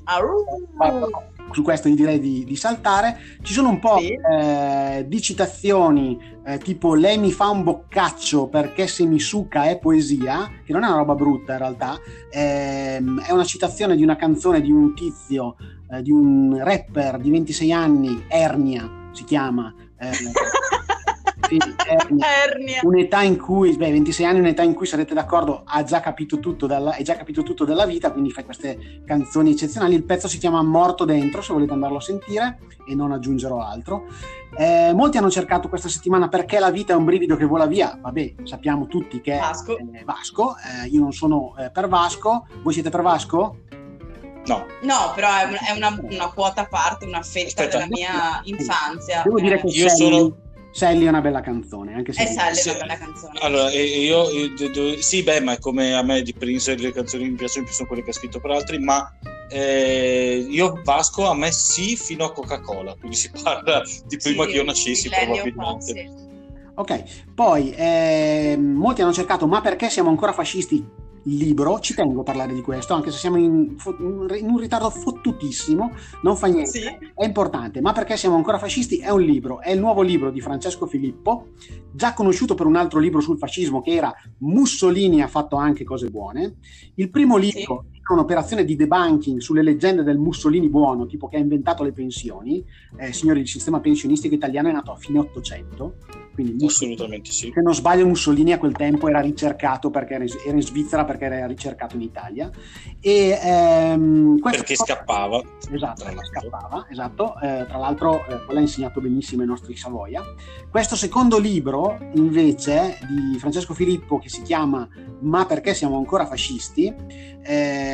Au. Su questo io direi di, di saltare. Ci sono un po' Sì. eh, di citazioni eh, tipo lei mi fa un boccaccio perché se mi succa è poesia, che non è una roba brutta in realtà. Ehm, è una citazione di una canzone di un tizio, eh, di un rapper di ventisei anni, Ernia si chiama. eh, sì, Ernia. Ernia. Un'età in cui, beh, ventisei anni, un'età in cui sarete d'accordo, ha già capito tutto dalla, è già capito tutto della vita, quindi fa queste canzoni eccezionali. Il pezzo si chiama Morto Dentro, se volete andarlo a sentire, e non aggiungerò altro. Eh, molti hanno cercato questa settimana perché la vita è un brivido che vola via. Vabbè, sappiamo tutti che Vasco. è eh, Vasco. Eh, io non sono eh, per Vasco. Voi siete per Vasco? No, No, però è, un- è una, una quota a parte, una fetta Aspetta. della mia infanzia. Devo dire che Io Sally, sono- Sally è una bella canzone, anche se E Sally è Sì. una bella canzone. allora e- e io, io- do- do- sì, beh, ma è come a me di Prince le canzoni che mi piacciono più sono quelle che ha scritto per altri, ma eh, io Vasco a me sì fino a Coca-Cola, quindi si parla di prima Sì, che io nascessi millennium probabilmente. pop, sì. Ok, poi ehm, molti hanno cercato ma perché siamo ancora fascisti? Il libro, ci tengo a parlare di questo, anche se siamo in, fo- in un ritardo fottutissimo, non fa niente, Sì. è importante. Ma perché siamo ancora fascisti? È un libro, è il nuovo libro di Francesco Filippo, già conosciuto per un altro libro sul fascismo che era Mussolini ha fatto anche cose buone. Il primo libro è un'operazione di debunking sulle leggende del Mussolini buono, tipo che ha inventato le pensioni. Eh, signori, il sistema pensionistico italiano è nato a fine Ottocento, quindi Mussolini, Assolutamente sì. se non sbaglio Mussolini a quel tempo era ricercato perché era in, era in Svizzera, perché era ricercato in Italia, e ehm, questo- Perché scappava. esatto, tra perché l'altro. scappava, esatto. Eh, tra l'altro eh, l'ha insegnato benissimo ai nostri Savoia. Questo secondo libro invece di Francesco Filippo, che si chiama Ma perché siamo ancora fascisti, eh,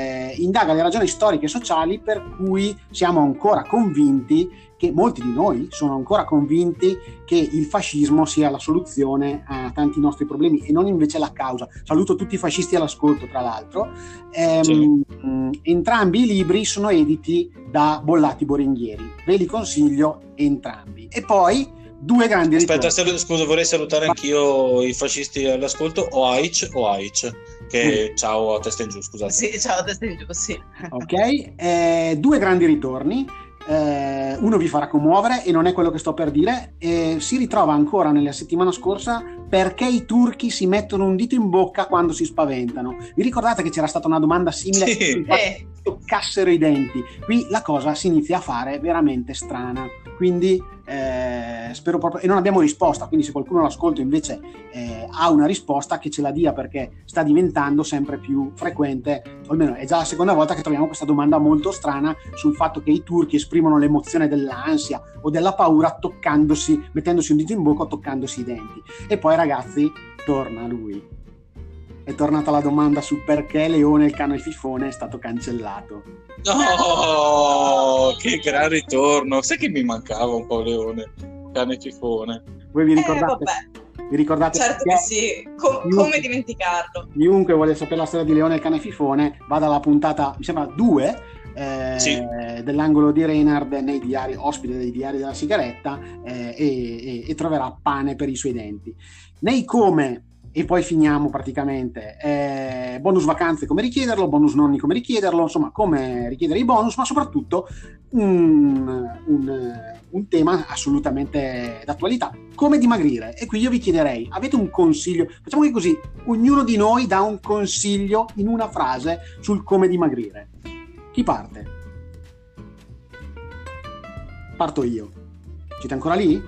eh, indaga le ragioni storiche e sociali per cui siamo ancora convinti, che molti di noi sono ancora convinti che il fascismo sia la soluzione a tanti nostri problemi e non invece la causa. Saluto tutti i fascisti all'ascolto, tra l'altro. Ehm, sì. Entrambi i libri sono editi da Bollati Boringhieri, ve li consiglio entrambi. E poi due grandi Aspetta, ritorni. Scusa, vorrei salutare anch'io i fascisti all'ascolto, o Aic o Aic, che mm. ciao a testa in giù, scusate. Sì, ciao a testa in giù, sì. Ok, eh, due grandi ritorni. Eh, uno vi farà commuovere e non è quello che sto per dire. Eh, si ritrova ancora nella settimana scorsa perché i turchi si mettono un dito in bocca quando si spaventano. Vi ricordate che c'era stata una domanda simile? Sì. Eh. Toccassero i denti. Qui la cosa si inizia a fare veramente strana, quindi eh, spero proprio, e non abbiamo risposta, quindi se qualcuno all'ascolto invece eh, ha una risposta, che ce la dia, perché sta diventando sempre più frequente, o almeno è già la seconda volta che troviamo questa domanda molto strana sul fatto che i turchi esprimono l'emozione dell'ansia o della paura toccandosi, mettendosi un dito in bocca o toccandosi i denti. E poi ragazzi, torna lui. È tornata la domanda su perché Leone il cane fifone è stato cancellato. No, che gran ritorno. Sai che mi mancava un po' Leone, cane fifone. Voi vi ricordate? Eh, vi ricordate certo che sì, Com- chiunque, come dimenticarlo? Chiunque vuole sapere la storia di Leone il cane fifone, vada alla puntata, mi sembra due, eh, sì. dell'angolo di Reynard nei diari, ospite dei diari della sigaretta, eh, e, e, e troverà pane per i suoi denti. Nei come, e poi finiamo praticamente, eh, bonus vacanze come richiederlo, bonus nonni come richiederlo, insomma come richiedere i bonus, ma soprattutto un, un, un tema assolutamente d'attualità, come dimagrire. E qui io vi chiederei, avete un consiglio? Facciamo così, ognuno di noi dà un consiglio in una frase sul come dimagrire. Chi parte? Parto io. Siete ancora lì?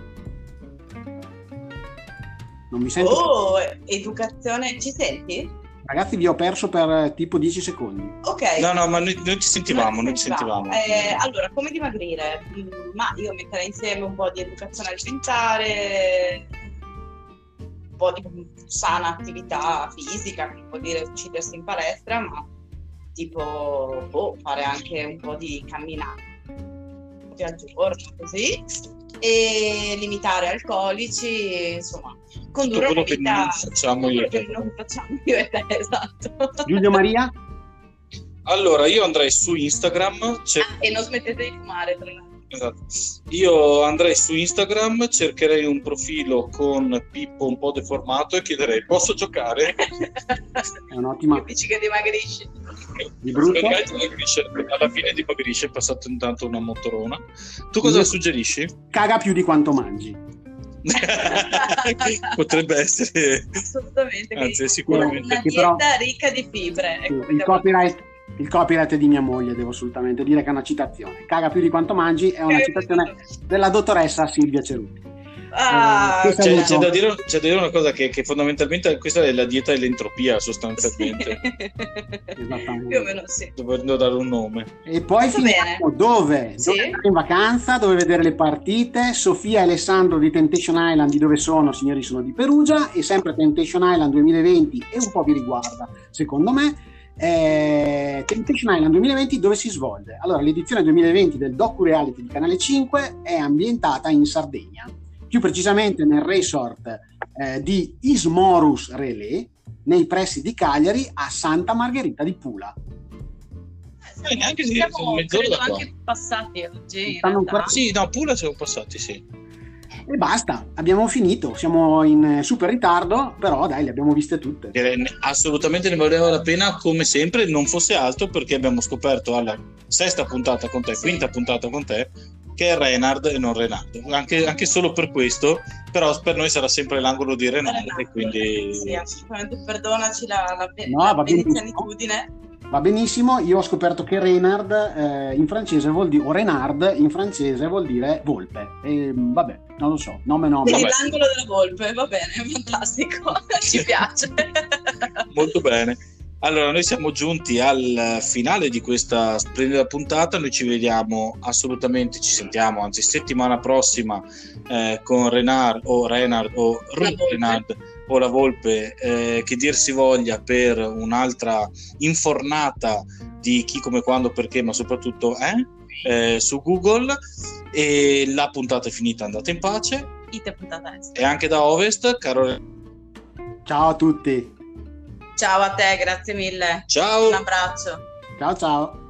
Non mi sento. Oh, educazione, ci senti? Ragazzi, vi ho perso per tipo dieci secondi. Ok. No, no, ma noi, noi ci sentivamo, noi ci sentivamo. Eh, allora, come dimagrire? Ma io metterei insieme un po' di educazione alimentare, un po' di sana attività fisica, che vuol dire uccidersi in palestra, ma tipo boh, fare anche un po' di camminate al giorno, così, e limitare alcolici, insomma, condurre una vita che non facciamo io, che non facciamo io e te, esatto. Giulio Maria? Allora, io andrei su Instagram. Ah, e non smettete di fumare, tra l'altro. Esatto. Io andrei su Instagram, cercherei un profilo con Pippo un po' deformato e chiederei: posso giocare? È un'ottima. Dici che dimagrisci. Di brutto? Alla fine dimagrisce, è passato intanto una motorona. Tu cosa Io... suggerisci? Caga più di quanto mangi. Potrebbe essere, assolutamente, anzi, sicuramente una dieta però... ricca di fibre. Sì, il copyright Il copyright è di mia moglie, devo assolutamente dire che è una citazione. Caga più di quanto mangi è una citazione della dottoressa Silvia Cerutti. Ah, eh, c'è, c'è, da dire, c'è da dire una cosa, che, che fondamentalmente questa è la dieta dell'entropia, sostanzialmente. Sì. Esattamente. Più o meno sì. Dovendo dare un nome. E poi finiamo dove? Sì. Dove andare in vacanza, dove vedere le partite. Sofia e Alessandro di Temptation Island, di dove sono? Signori, sono di Perugia, e sempre Temptation Island duemilaventi, e un po' vi riguarda, secondo me. Eh, Temptation Island duemilaventi, dove si svolge? Allora, l'edizione duemilaventi del docu-reality di Canale cinque è ambientata in Sardegna, più precisamente nel resort eh, di Ismorus Relais, nei pressi di Cagliari, a Santa Margherita di Pula. Eh, neanche sì, siamo credo anche passati oggi. Ancora... Sì, no, Pula siamo passati, sì. E basta, abbiamo finito, siamo in super ritardo, però dai, le abbiamo viste tutte. Assolutamente ne valeva la pena, come sempre, non fosse altro perché abbiamo scoperto alla sesta puntata con te, sì. quinta puntata con te, che è Reynard e non Renato, anche, anche solo per questo, però per noi sarà sempre l'angolo di Renato, Renato e quindi... Sì, assolutamente, perdonaci la, la, no, la va venezianitudine. Va benissimo, io ho scoperto che Reynard eh, in francese vuol dire, o Renard in francese vuol dire volpe, e vabbè, non lo so, nome nome. Quindi l'angolo della volpe, va bene, fantastico, ci piace. Molto bene. Allora, noi siamo giunti al finale di questa splendida puntata, noi ci vediamo assolutamente, ci sentiamo, anzi settimana prossima eh, con Renard o Renard o Renard o la volpe, eh, che dir si voglia, per un'altra infornata di Chi, come, quando, perché, ma soprattutto eh, eh, su Google. E la puntata è finita, andate in pace. Ite puntata est. E anche da Ovest, caro. Ciao a tutti. Ciao a te, grazie mille. Ciao. Un abbraccio. Ciao ciao.